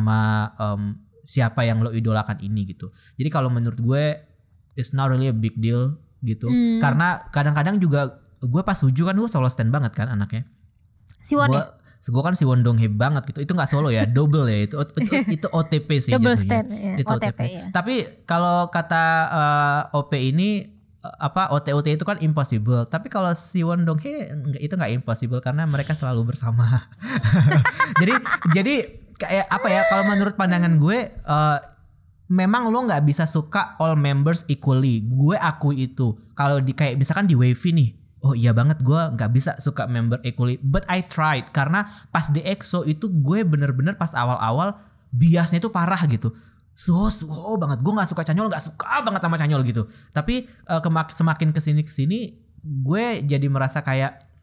siapa yang lo idolakan ini gitu. Jadi kalau menurut gue it's not really a big deal gitu. Karena kadang-kadang juga gue pas Suju kan gue solo stand banget kan anaknya. Gue kan si Won Dong Hye banget gitu. Itu gak solo ya, double ya. Itu OTP sih double jatuhnya. stand, ya. Itu OTP. Ya. Tapi kalau kata OP ini OT itu kan impossible. Tapi kalau si Won Dong Hye itu gak impossible karena mereka selalu bersama. jadi kayak apa ya, kalau menurut pandangan gue memang lo gak bisa suka all members equally. Gue akui itu. Kalau kayak misalkan di Wavy nih, oh iya banget gue gak bisa suka member equally, but I tried. Karena pas di EXO itu gue bener-bener pas awal-awal biasnya itu parah gitu. So banget, gue gak suka Chanyeol, gak suka banget sama Chanyeol gitu. Tapi semakin kesini gue jadi merasa kayak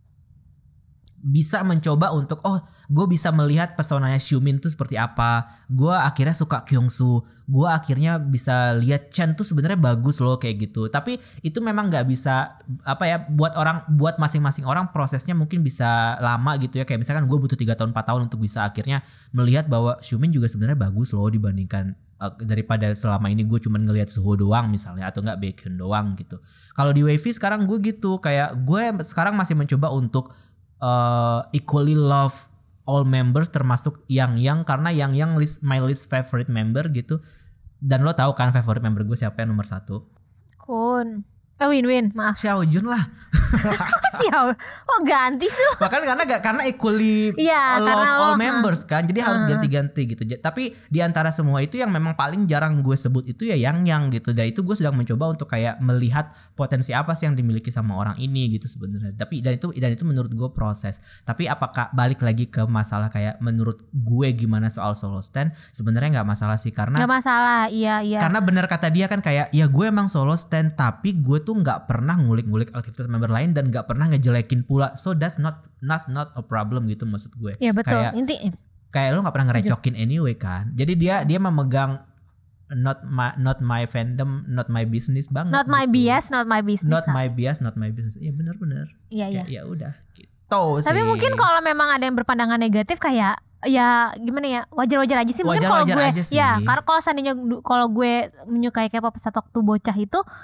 bisa mencoba untuk gue bisa melihat pesonanya Xiumin tuh seperti apa. Gue akhirnya suka Kyungsoo. Gue akhirnya bisa lihat Chen tuh sebenarnya bagus loh kayak gitu. Tapi itu memang nggak bisa buat masing-masing orang prosesnya mungkin bisa lama gitu ya. Kayak misalkan gue butuh 3 tahun 4 tahun untuk bisa akhirnya melihat bahwa Xiumin juga sebenarnya bagus loh dibandingkan daripada selama ini gue cuman ngelihat Suho doang misalnya, atau nggak Baekhyun doang gitu. Kalau di Wavy sekarang gue gitu, kayak gue sekarang masih mencoba untuk equally love all members termasuk Yang karena Yang my least favorite member gitu. Dan lo tahu kan favorite member gue siapa yang nomor 1? Kun. Win maaf. Xiao Jun lah. Xiao. Ganti sih. Bahkan karena equally love all members kan. Jadi harus ganti-ganti gitu. Tapi di antara semua itu yang memang paling jarang gue sebut itu ya Yang gitu. Dan itu gue sedang mencoba untuk kayak melihat potensi apa sih yang dimiliki sama orang ini gitu sebenarnya. Tapi dan itu menurut gue proses. Tapi apakah balik lagi ke masalah kayak menurut gue gimana soal solo stand? Sebenarnya nggak masalah sih, karena nggak masalah. Iya. Karena benar kata dia kan kayak ya gue emang solo stand, tapi gue tuh nggak pernah ngulik-ngulik aktivitas member lain dan nggak pernah ngejelekin pula. So that's not a problem gitu maksud gue. Iya betul. Kayak lo nggak pernah ngerecokin anyway kan. Jadi dia memegang not my fandom, not my business banget. Not my gitu. bias, not my business. Not my bias, not my business. Iya benar. Iya. Ya udah gitu sih. Tapi mungkin kalau memang ada yang berpandangan negatif kayak ya gimana ya, wajar-wajar aja sih. Mungkin kalau gue ya, karena kalau seandainya kalau gue menyukai K-pop saat waktu bocah itu,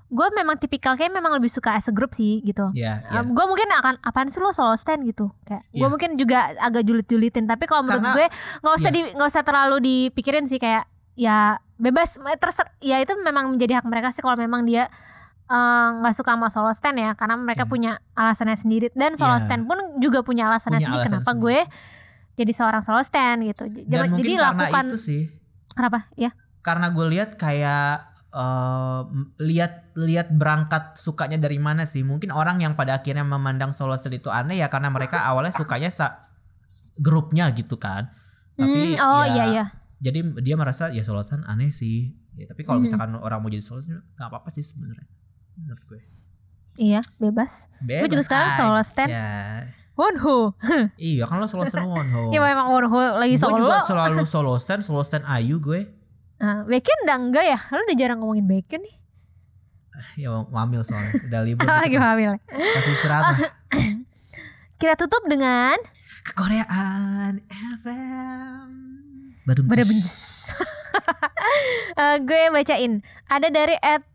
gue memang tipikal kayak memang lebih suka as a group sih gitu. Gue mungkin akan apaan sih lo solo stand gitu. Kayak gue mungkin juga agak julit-julitin. Tapi kalau menurut gue nggak usah terlalu dipikirin sih, kayak ya bebas ya itu memang menjadi hak mereka sih kalau memang dia nggak suka sama solo stand ya, karena mereka punya alasannya sendiri, dan solo stand pun juga punya alasannya sendiri kenapa gue jadi seorang solo stand gitu. Dan mungkin jadi karena lakukan itu sih. Kenapa? Ya. Karena gue lihat kayak lihat berangkat sukanya dari mana sih. Mungkin orang yang pada akhirnya memandang solo stand itu aneh ya karena mereka awalnya sukanya grupnya gitu kan. Tapi iya. Jadi dia merasa ya solo stand aneh sih. Ya, tapi kalau misalkan orang mau jadi solo stand nggak apa-apa sih sebenarnya. Menurut gue. Iya, bebas. Gue juga sekarang solo stand. Wonho. Iya kan lo solo stand Wonho. Iya memang Wonho lagi solo. Gue juga selalu solo stand Ayu gue. Bacon udah enggak ya? Lo udah jarang ngomongin Bacon nih. Ya hamil soalnya udah libur. Lagi hamil. Kasih istirahat. Kita tutup dengan Kekoreaan FM. Badum-badum. Gue bacain. Ada dari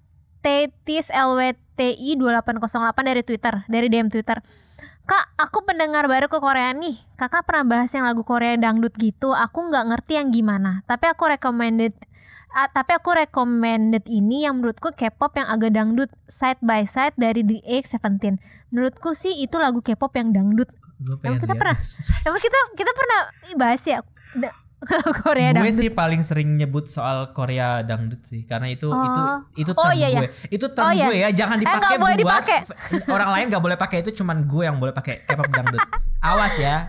@TetisLWTI2808 dari Twitter, dari DM Twitter. Kak, aku pendengar baru ke Korea nih. Kakak pernah bahas yang lagu Korea dangdut gitu. Aku nggak ngerti yang gimana. Tapi aku recommended ini yang menurutku K-pop yang agak dangdut, Side by Side dari The EX17. Menurutku sih itu lagu K-pop yang dangdut. Emang kita pernah bahas ya Korea gue dangdut. sih paling sering nyebut soal Korea dangdut sih karena itu term gue. Itu term gue ya, jangan dipakai buat orang lain, gak boleh pakai, itu cuman gue yang boleh pakai K-pop dangdut. Awas ya.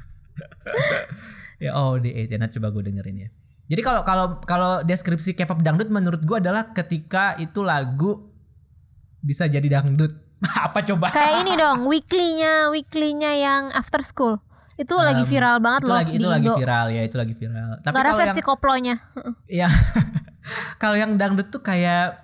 Ya nanti coba gue dengerin ya. Jadi kalau deskripsi K-pop dangdut menurut gue adalah ketika itu lagu bisa jadi dangdut. Apa coba? Kayak ini dong, weekly-nya yang After School. Itu lagi viral banget loh di Indo. Itu lagi viral. Tapi kalau versi koplonya. Ya. Kalau yang dangdut tuh kayak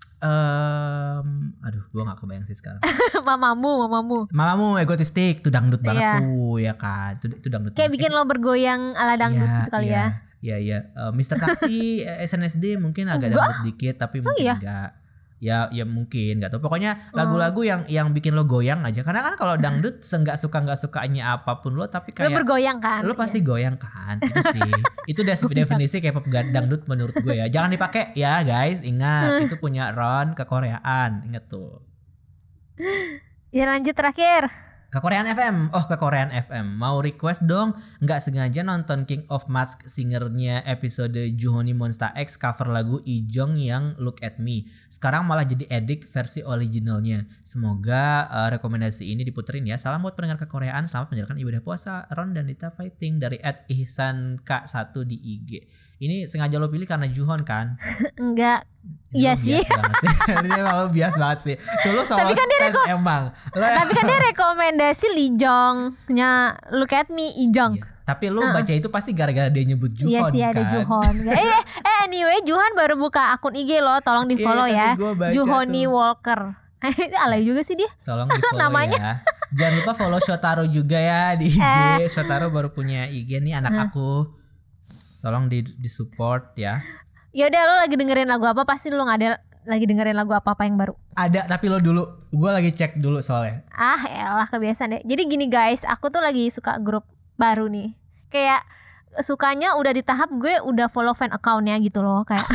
gue gak kebayang sih sekarang. Mamamu egotistik tuh dangdut banget tuh ya kan. Itu dangdut. Kayak bikin lo bergoyang ala dangdut gitu kali ya. Iya. Mr. Taxi SNSD mungkin agak dangdut dikit tapi mungkin enggak. Ya mungkin nggak tahu, pokoknya lagu-lagu yang bikin lo goyang aja, karena kan kalau dangdut nggak sukanya apapun lo tapi kayak lo bergoyang kan, lo pasti goyang kan. Itu sih itu definisi K-pop dangdut menurut gue ya. Jangan dipakai ya guys, ingat itu punya Ron Kekoreaan, ingat tuh. Ya lanjut terakhir Kekoreaan FM mau request dong, nggak sengaja nonton King of Mask Singer-nya episode Juhoni Monsta X cover lagu Ijong yang Look at Me. Sekarang malah jadi edik versi originalnya. Semoga rekomendasi ini diputerin ya. Salam buat pendengar Kekoreaan, selamat menjalankan ibadah puasa. Ron dan Dita fighting dari @ihsank1 di IG. Ini sengaja lo pilih karena Juhon kan? Enggak. Iya sih. Dia malu bias banget sih. Tuh lo solo stand emang. Tapi kan dia rekomendasi Lijongnya Look at Me Ijong. Iya. Tapi lo baca itu pasti gara-gara dia nyebut Juhon. Iya sih, kan? ada Juhon. Anyway Juhon baru buka akun IG lo, tolong di follow ya. Juhoni Walker. Alay juga sih dia. Tolong di follow namanya. Ya. Jangan lupa follow Shotaro juga ya di IG. Shotaro baru punya IG nih, anak aku. Tolong di support ya. Ya udah, lo lagi dengerin lagu apa? Pasti lo nggak ada lagi dengerin lagu apa yang baru. Ada, tapi lo dulu. Gue lagi cek dulu soalnya. Elah kebiasaan deh. Jadi gini guys, aku tuh lagi suka grup baru nih. Kayak sukanya udah di tahap gue udah follow fan account-nya gitu loh, kayak.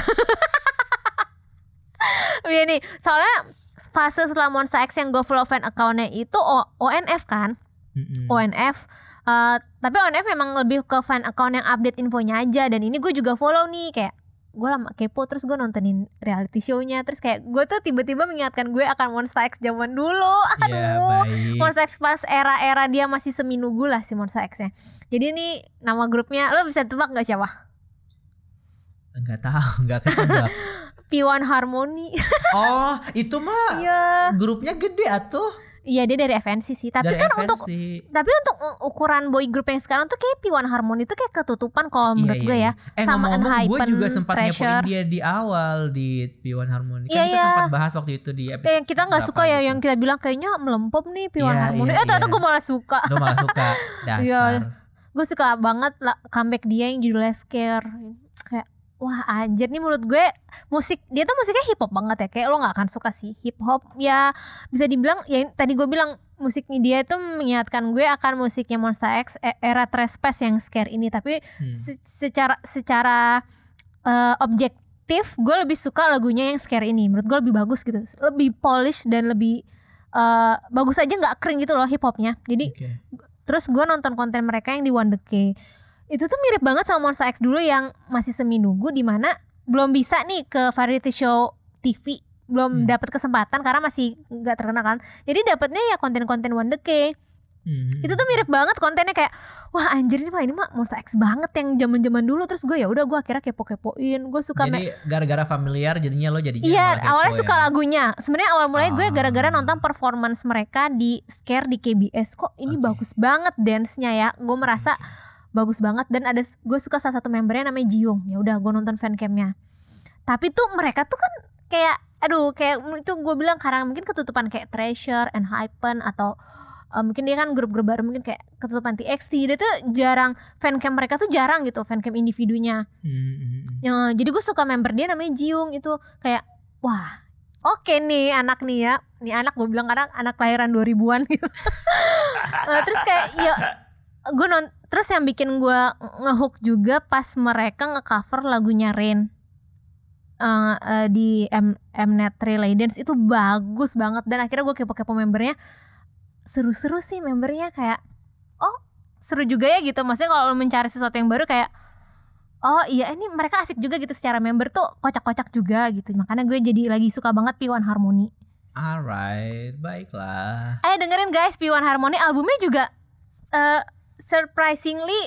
Ini soalnya fase setelah Monsta X yang gue follow fan account-nya itu ONF kan. ONF. Tapi ONF memang lebih ke fan account yang update infonya aja. Dan ini gue juga follow nih, kayak gue lama kepo, terus gue nontonin reality show-nya, terus kayak gue tuh tiba-tiba mengingatkan gue akan Monsta X zaman dulu. Monsta X pas era-era dia masih semi-nugu lah si Monsta X-nya. Jadi ini nama grupnya, lo bisa tebak gak siapa? Enggak tahu, enggak ketebak. P1 Harmony. Oh, itu mah grupnya gede atuh. Iya, dia dari FNC sih. Tapi dari kan FNC. untuk ukuran boy group yang sekarang tuh kayak P1 Harmony tuh kayak ketutupan kalau menurut gue ya. Sama ngomong-ngomong, gue juga sempat ngepoin dia di awal di P1 Harmony. Kan kita sempat bahas waktu itu di episode. Yang kita nggak suka ya, yang kita bilang kayaknya melempem nih P1 Harmony. Ternyata gue malah suka. Lo malah suka. Dasar. Gue suka banget comeback dia yang judulnya Scare. Kayak wah anjir nih menurut gue dia tuh musiknya hip hop banget ya, kayak lo nggak akan suka sih hip hop ya, bisa dibilang ya tadi gue bilang musiknya dia itu mengingatkan gue akan musiknya Monsta X era Trespass yang Scare ini, tapi secara objektif gue lebih suka lagunya yang Scare ini, menurut gue lebih bagus gitu, lebih polish dan lebih bagus aja, nggak kering gitu loh hip hopnya. Jadi terus gue nonton konten mereka yang di One The K, itu tuh mirip banget sama Monsta X dulu yang masih semi nunggu, di mana belum bisa nih ke variety show TV, belum dapat kesempatan karena masih nggak terkenal kan, jadi dapatnya ya konten-konten One The K. Itu tuh mirip banget kontennya, kayak wah anjir ini mah Monsta X banget yang zaman-zaman dulu. Terus gue ya udah gue akhirnya kepo-kepoin, gue suka. Jadi gara-gara familiar jadinya lo jadinya iya awalnya suka lagunya. Sebenarnya awal mulanya gue gara-gara nonton performance mereka di Scare di KBS, kok ini bagus banget dance-nya ya, gue merasa bagus banget. Dan ada gue suka salah satu membernya namanya Jiyoung, ya udah gue nonton fancamnya. Tapi tuh mereka tuh kan kayak kayak itu gue bilang karena mungkin ketutupan kayak Treasure, Enhypen atau mungkin dia kan grup-grup baru, mungkin kayak ketutupan TXT, dia tuh jarang fancam, mereka tuh jarang gitu fancam individunya. Ya, jadi gue suka member dia namanya Jiyoung, itu kayak wah oke nih anak nih ya, nih anak gue bilang karena anak kelahiran 2000-an gitu. Terus kayak ya gue terus yang bikin gue ngehook juga pas mereka ngecover lagunya Rain di Mnet Relay Dance, itu bagus banget. Dan akhirnya gue kepo-kepo membernya, seru-seru sih membernya, kayak oh seru juga ya gitu. Maksudnya kalau mencari sesuatu yang baru kayak oh iya ini mereka asik juga gitu, secara member tuh kocak-kocak juga gitu. Makanya gue jadi lagi suka banget P1 Harmony. Alright, baiklah. Ayo dengerin guys P1 Harmony, albumnya juga surprisingly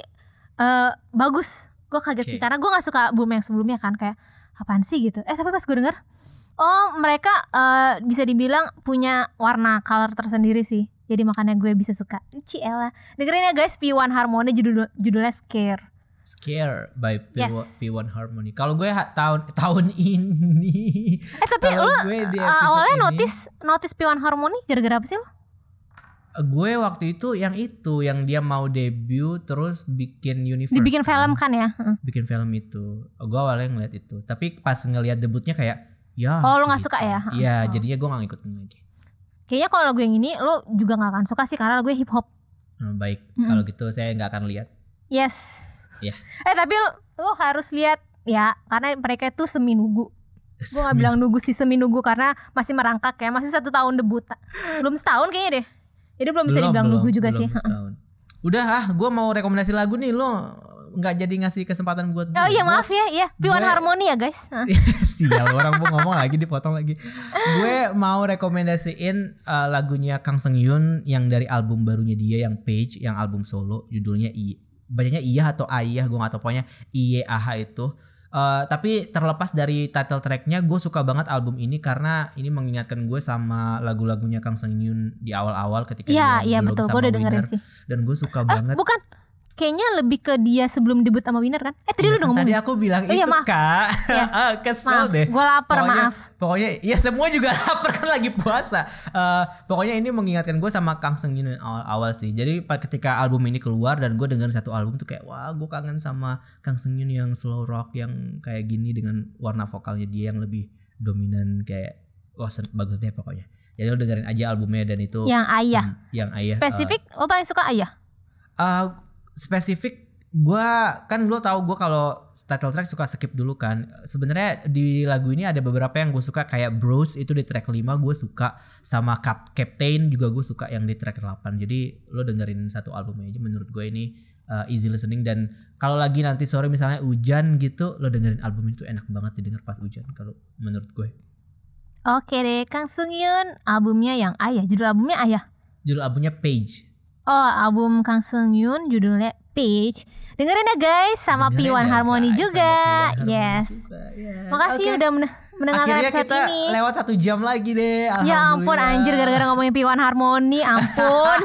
bagus. Gue kaget sih karena gue gak suka album yang sebelumnya kan, kayak apaan sih gitu. Tapi pas gue denger, oh mereka bisa dibilang punya warna color tersendiri sih. Jadi makanya gue bisa suka. Ciela. Dengerin ya guys P1 Harmony, judulnya Scare. Scare by P1 Harmony. Kalau gue tahun ini. Tapi lu awalnya notice P1 Harmony gara-gara apa sih lu? Gue waktu itu yang dia mau debut terus bikin universe. Dibikin film kan ya? Bikin film itu. Gue awalnya ngeliat itu. Tapi pas ngeliat debutnya kayak ya. Oh lu gak suka ya? Iya jadinya gue gak ngikutin lagi. Kayaknya kalau lagu yang ini lu juga gak akan suka sih karena lagu hip hop. Baik, kalau gitu saya gak akan lihat. Yes. Ya. Tapi lu harus lihat ya, karena mereka itu semi nunggu. Gue gak bilang nunggu sih, semi nunggu karena masih merangkak ya, masih 1 tahun debut. Belum setahun kayaknya deh. Jadi belum bisa dibilang nunggu juga sih. Setahun. Udah gue mau rekomendasi lagu nih, lo nggak jadi ngasih kesempatan buat gue. Oh iya maaf ya, P1 Harmony ya guys. Sial, orang mau ngomong lagi dipotong lagi. Gue mau rekomendasiin lagunya Kang Seung-yoon yang dari album barunya dia yang Page, yang album solo, judulnya bacanya Iya atau Ayah, gue nggak tahu, pokoknya IYAH itu. Tapi terlepas dari title tracknya, gue suka banget album ini karena ini mengingatkan gue sama lagu-lagunya Kang Seung-yoon di awal-awal ketika dia belum betul, sama gue udah Winner. dengerin sih. Dan gue suka banget. Bukan, kayaknya lebih ke dia sebelum debut sama Winner kan? Tadi lu udah ngomong. Tadi aku bilang itu maaf. Kak. Ya. Kesel maaf, deh. Gue lapar, maaf. Pokoknya ya semua juga lapar kan lagi puasa. Pokoknya ini mengingatkan gue sama Kang Seung-yoon awal sih. Jadi ketika album ini keluar dan gue dengerin satu album tuh kayak wah gue kangen sama Kang Seung-yoon yang slow rock yang kayak gini dengan warna vokalnya dia yang lebih dominan, kayak wah bagus deh pokoknya. Jadi lo dengerin aja albumnya dan itu yang Ayah. Yang Ayah. Spesifik lo paling suka Ayah? Spesifik gue kan lo tahu gue kalau title track suka skip dulu kan. Sebenarnya di lagu ini ada beberapa yang gue suka, kayak Bros itu di track 5 gue suka, sama Captain juga gue suka yang di track 8. Jadi lo dengerin satu albumnya aja, menurut gue ini easy listening. Dan kalau lagi nanti sore misalnya hujan gitu, lo dengerin album itu enak banget didengar pas hujan kalau menurut gue. Oke deh, Kang Seung-yoon albumnya yang Ayah, judul albumnya Ayah. Judul albumnya Page. Oh, album Kang Seung-yoon judulnya Page. Dengerin ya guys, sama P1 Harmony juga. Yes. Yeah. Makasih udah mendengarkan episode kita ini. Lewat 1 jam lagi deh. Ya ampun anjir, gara-gara ngomongin P1 Harmony, ampun.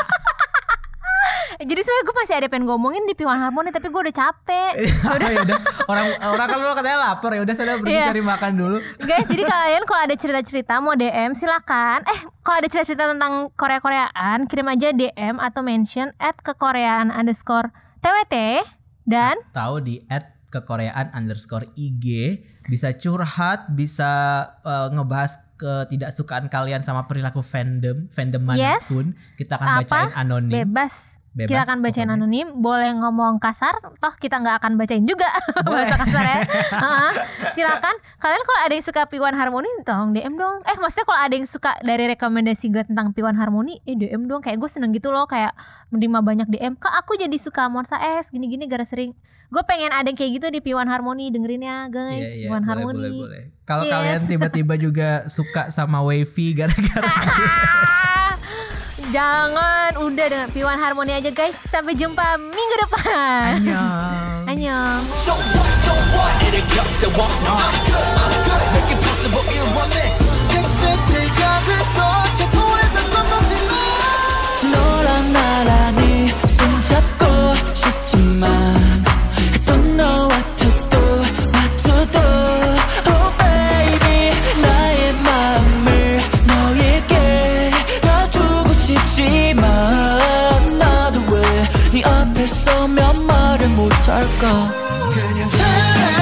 Jadi sebenernya gue masih ada pengen ngomongin di P1 Harmony, tapi gue udah capek. Yaudah, orang kan lo katanya lapar, ya udah saya pergi cari makan dulu. Guys, jadi kalian kalau ada cerita-cerita mau DM silakan. Kalau ada cerita-cerita tentang Korea-Koreaan, kirim aja DM atau mention @kekoreaan_twt dan tahu di @kekoreaan_ig. Bisa curhat, bisa ngebahas ketidaksukaan kalian sama perilaku fandom manapun. Kita akan bacain anonim. Bebas. Kita akan bacain anonim. Boleh ngomong kasar, toh kita nggak akan bacain juga bahasa kasar ya. Silakan. Kalian kalau ada yang suka P1 Harmony, tolong DM dong. Maksudnya kalau ada yang suka dari rekomendasi gue tentang P1 Harmony, DM dong. Kayak gue seneng gitu loh, kayak menerima banyak DM. Kak, aku jadi suka Monsta X gini-gini gara sering. Gue pengen ada yang kayak gitu di P1 Harmony, dengerin ya guys. P1 Harmony. Boleh. Kalau kalian tiba-tiba juga suka sama Wavy gara-gara jangan, udah dengan P1 Harmony aja guys. Sampai jumpa minggu depan. Annyeong. So what? Make it possible, 너랑 나란히 손잡고 싶지만 또 너와 또 Oh baby, 나의 마음을 너에게 다 주고 싶지만 나도 왜 네 앞에 서면 말을 못할까. 그냥